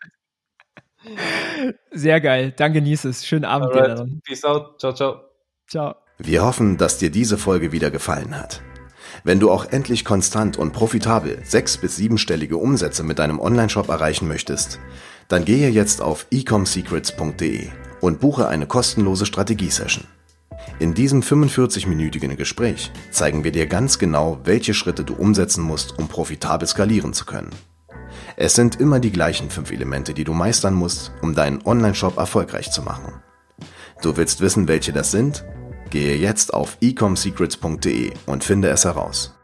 Sehr geil. Dann genieß es. Schönen Abend dir dann. Peace out. Ciao, ciao. Ciao. Wir hoffen, dass dir diese Folge wieder gefallen hat. Wenn du auch endlich konstant und profitabel sechs- bis siebenstellige Umsätze mit deinem Onlineshop erreichen möchtest, dann gehe jetzt auf e com secrets punkt de und buche eine kostenlose Strategie-Session. In diesem fünfundvierzig-minütigen Gespräch zeigen wir dir ganz genau, welche Schritte du umsetzen musst, um profitabel skalieren zu können. Es sind immer die gleichen fünf Elemente, die du meistern musst, um deinen Onlineshop erfolgreich zu machen. Du willst wissen, welche das sind? Gehe jetzt auf e com secrets punkt de und finde es heraus.